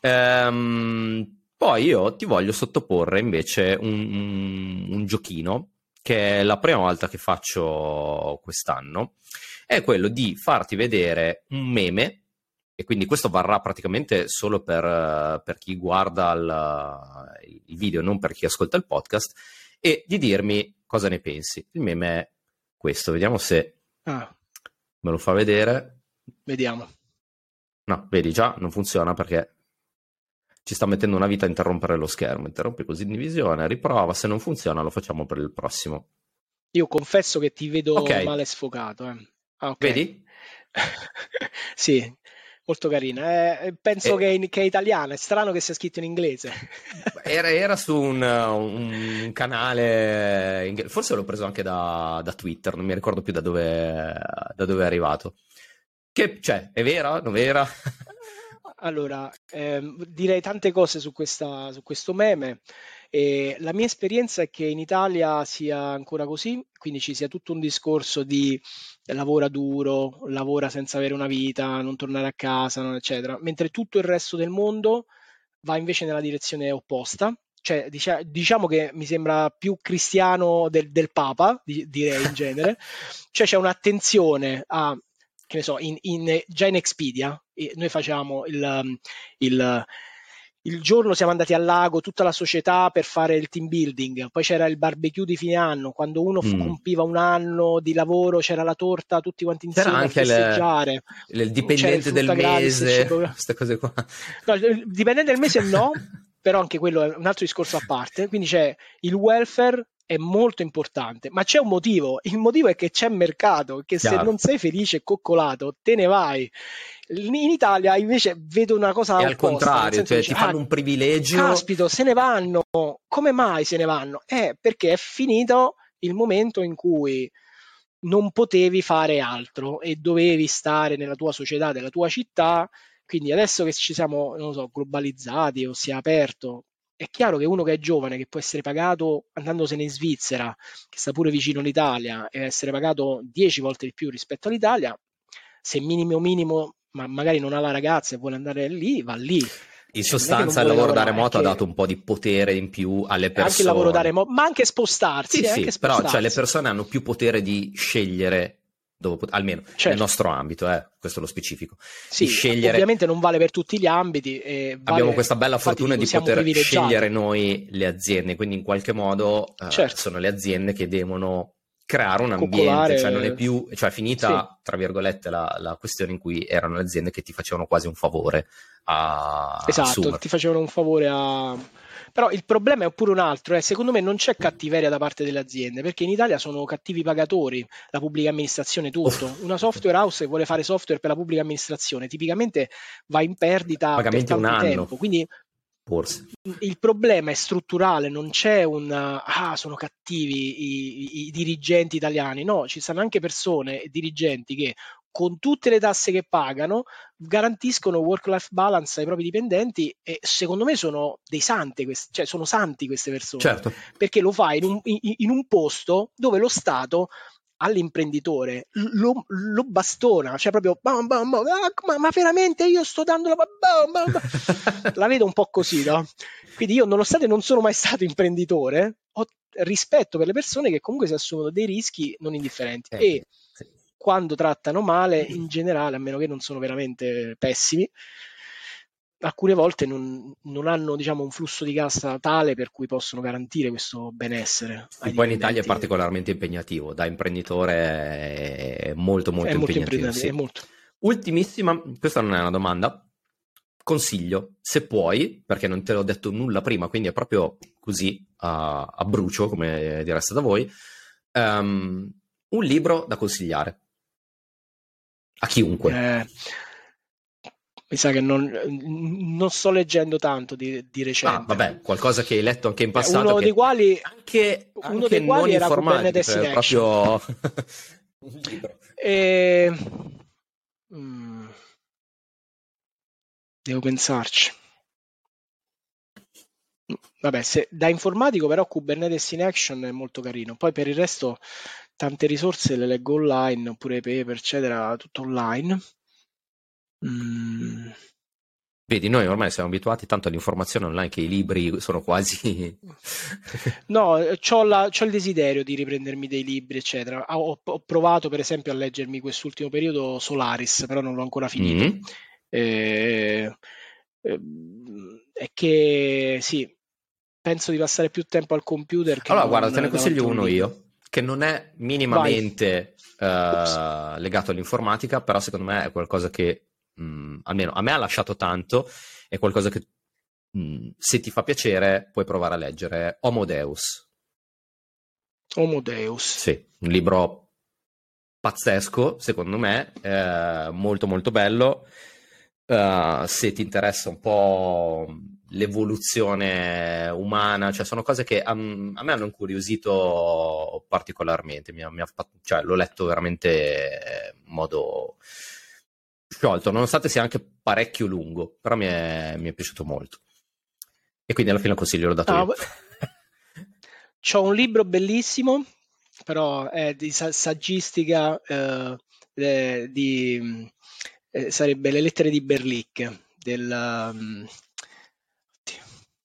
Ehm, poi io ti voglio sottoporre invece un, un, un giochino che è la prima volta che faccio quest'anno, è quello di farti vedere un meme, e quindi questo varrà praticamente solo per, eh, per chi guarda il, il video, non per chi ascolta il podcast, e di dirmi cosa ne pensi. Il meme è questo, vediamo se Ah, me lo fa vedere. vediamo. No, vedi già, non funziona perché ci sta mettendo una vita a interrompere lo schermo. Interrompi così in divisione, riprova, se non funziona lo facciamo per il prossimo. Io confesso che ti vedo Ok. male sfocato. Eh. Ah, ok. Vedi? Sì, molto carina. Eh, penso E- che, in- che è italiana, è strano che sia scritto in inglese. Era, era su un, un canale, ing- forse l'ho preso anche da, da Twitter, non mi ricordo più da dove, da dove è arrivato. Che, cioè, è vera? Non vera? Allora, ehm, direi tante cose su questa, su questo meme. E la mia esperienza è che in Italia sia ancora così, quindi ci sia tutto un discorso di lavora duro, lavora senza avere una vita, non tornare a casa, no, eccetera, mentre tutto il resto del mondo va invece nella direzione opposta. Cioè, dicia- diciamo che mi sembra più cristiano del, del Papa, di- direi in genere. Cioè c'è un'attenzione a, che ne so, in, in- già in Expedia, eh, noi facciamo il, um, il, il giorno siamo andati al lago, tutta la società per fare il team building, poi c'era il barbecue di fine anno, quando uno f- Mm. compiva un anno di lavoro c'era la torta, tutti quanti C'era insieme a anche il, festeggiare, il c'era il dipendente del frutta gratis, il mese, cibo. queste cose qua. No, il dipendente del mese no, però anche quello è un altro discorso a parte. Quindi c'è il welfare è molto importante, ma c'è un motivo. Il motivo è che c'è mercato, che se Chiaro. non sei felice e coccolato, te ne vai. In Italia invece vedo una cosa E al opposta, nel contrario, senso che cioè dici, ti ah, fanno un privilegio. caspito, se ne vanno. Come mai se ne vanno? Eh, perché è finito il momento in cui non potevi fare altro e dovevi stare nella tua società, nella tua città. Quindi adesso che ci siamo, non lo so, globalizzati o si è aperto, è chiaro che uno che è giovane, che può essere pagato andandosene in Svizzera, che sta pure vicino all'Italia, e essere pagato dieci volte di più rispetto all'Italia, se minimo minimo, ma magari non ha la ragazza e vuole andare lì, va lì. In Cioè, non è che non sostanza il vuole lavoro da lavorare, è remoto ha che dato un po' di potere in più alle anche il lavoro da persone. remoto, ma anche Sì, spostarsi, eh, anche sì, però cioè, le spostarsi. persone hanno più potere di scegliere, dove pot- almeno nel Certo. nostro ambito, eh, questo è lo specifico, di Sì, scegliere. ovviamente non vale per tutti gli ambiti. E Abbiamo vale, questa bella infatti fortuna dico, di siamo poter privilegiati. scegliere noi le aziende, quindi in qualche modo eh, Certo, sono le aziende che devono creare un ambiente, cioè non è coccolare, più, cioè sì, finita, tra virgolette, la, la questione in cui erano le aziende che ti facevano quasi un favore a esatto, assumere. ti facevano un favore a... Però il problema è pure un altro, eh. Secondo me non c'è cattiveria da parte delle aziende, perché in Italia sono cattivi pagatori, la pubblica amministrazione, tutto. Una software house che vuole fare software per la pubblica amministrazione, tipicamente va in perdita per Pagamenti un tanto anno, tempo, quindi forse. il problema è strutturale, non c'è un ah, sono cattivi i, i- i dirigenti italiani, no, ci sono anche persone e dirigenti che con tutte le tasse che pagano garantiscono work-life balance ai propri dipendenti e secondo me sono dei santi, quest- cioè sono santi queste persone, Certo. perché lo fai in un, in- in un posto dove lo Stato all'imprenditore lo, lo bastona, cioè proprio bam, bam, bam, ah, ma, ma veramente io sto dando la bam, bam, bam. La vedo un po' così, no? Quindi io, nonostante non sono mai stato imprenditore, ho rispetto per le persone che comunque si assumono dei rischi non indifferenti Eh, e sì. quando trattano male, in generale, a meno che non sono veramente pessimi, alcune volte non, non hanno, diciamo, un flusso di cassa tale per cui possono garantire questo benessere Sì, ai poi in Italia è dipendenti. particolarmente impegnativo, da imprenditore è molto molto È molto impegnativo, impegnativo, è sì. molto. Ultimissima, questa non è una domanda, consiglio, se puoi, perché non te l'ho detto nulla prima, quindi è proprio così a, a brucio, come direste da voi, um, un libro da consigliare a chiunque. Eh, mi sa che non, non sto leggendo tanto di, di Ah, recente. vabbè, qualcosa che hai letto anche in Beh, passato, uno dei che quali, anche, uno anche dei non quali era informatico, Kubernetes in cioè Action. proprio un libro. E... mm, devo pensarci. Vabbè, se, da informatico però Kubernetes in Action è molto carino. Poi per il resto tante risorse le leggo online, oppure paper, eccetera, tutto online. Mm. Vedi, noi ormai siamo abituati tanto all'informazione online che i libri sono quasi... No, c'ho, la- c'ho il desiderio di riprendermi dei libri, eccetera. Ah, Ho, ho provato per esempio a leggermi quest'ultimo periodo Solaris, però non l'ho ancora finito. Mm. Eh, ehm, è che sì, penso di passare più tempo al computer che Allora, non guarda, te ne davanti consiglio a un uno libro. io, che non è Vai. minimamente Ops. eh, legato all'informatica, però secondo me è qualcosa che, mh, almeno a me ha lasciato tanto, è qualcosa che mh, se ti fa piacere puoi provare a leggere Homo Deus. Homo Deus. Sì, un libro pazzesco, secondo me, eh, molto molto bello. Uh, se ti interessa un po' l'evoluzione umana, cioè sono cose che um, a me hanno incuriosito particolarmente, mi ha, mi ha fatto, cioè, l'ho letto veramente in modo sciolto, nonostante sia anche parecchio lungo, però mi è, mi è piaciuto molto. E quindi alla fine il consiglio l'ho dato Ah, io. C'ho un libro bellissimo, però è di sa- saggistica, eh, eh, di, eh, sarebbe Le lettere di Berlic, del, um, oddio,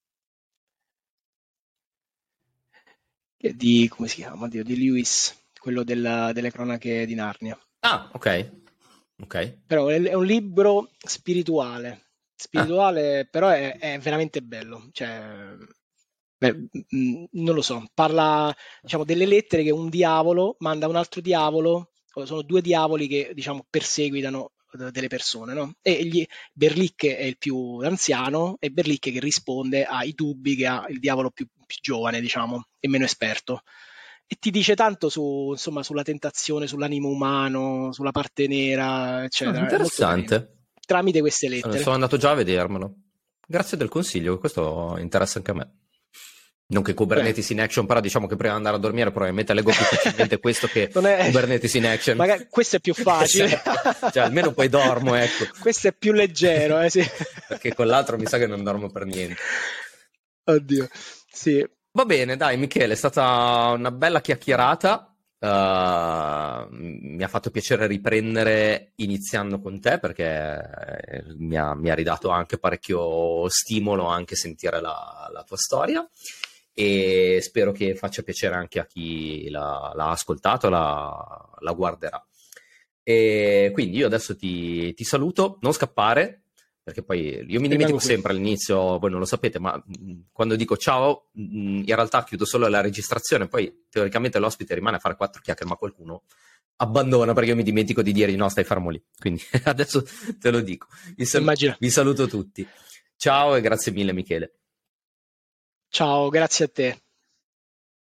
di, come si chiama? Oddio, di Lewis, quello della- delle cronache di Narnia. Ah, ok, ok. Però è, è un libro spirituale, Ah, spirituale, però è, è veramente bello. Cioè, beh, mh, non lo so, parla, diciamo, delle lettere che un diavolo manda a un altro diavolo, o sono due diavoli che, diciamo, perseguitano eh, delle persone, no? E gli, Berlic è il più anziano e Berlic che risponde ai dubbi che ha il diavolo più, più giovane, diciamo, e meno esperto. E ti dice tanto su, insomma, sulla tentazione, sull'animo umano, sulla parte nera, ah, eccetera. È molto carino. interessante. Tramite queste Sono, lettere. sono andato già a vedermelo. Grazie del consiglio, questo interessa anche a me. Non che Beh. Kubernetes in action, però diciamo che prima di andare a dormire probabilmente leggo più facilmente questo che Non è... Kubernetes in action. Magari questo è più facile. Esatto. Cioè, almeno poi dormo, ecco. Questo è più leggero, eh, sì. Perché con l'altro mi sa che non dormo per niente. Oddio, sì. Va bene, dai Michele, è stata una bella chiacchierata. Uh, mi ha fatto piacere riprendere iniziando con te perché mi ha, mi ha ridato anche parecchio stimolo anche sentire la, la tua storia e spero che faccia piacere anche a chi l'ha, l'ha ascoltato, la, la guarderà. E quindi io adesso ti, ti saluto, non scappare perché poi io mi dimentico sempre all'inizio, voi non lo sapete, ma mh, quando dico ciao, mh, in realtà chiudo solo la registrazione, poi teoricamente l'ospite rimane a fare quattro chiacchiere, ma qualcuno abbandona perché io mi dimentico di dire no, stai fermo lì. Quindi adesso te lo dico. Vi, sal- vi saluto tutti. Ciao e grazie mille Michele. Ciao, grazie a te.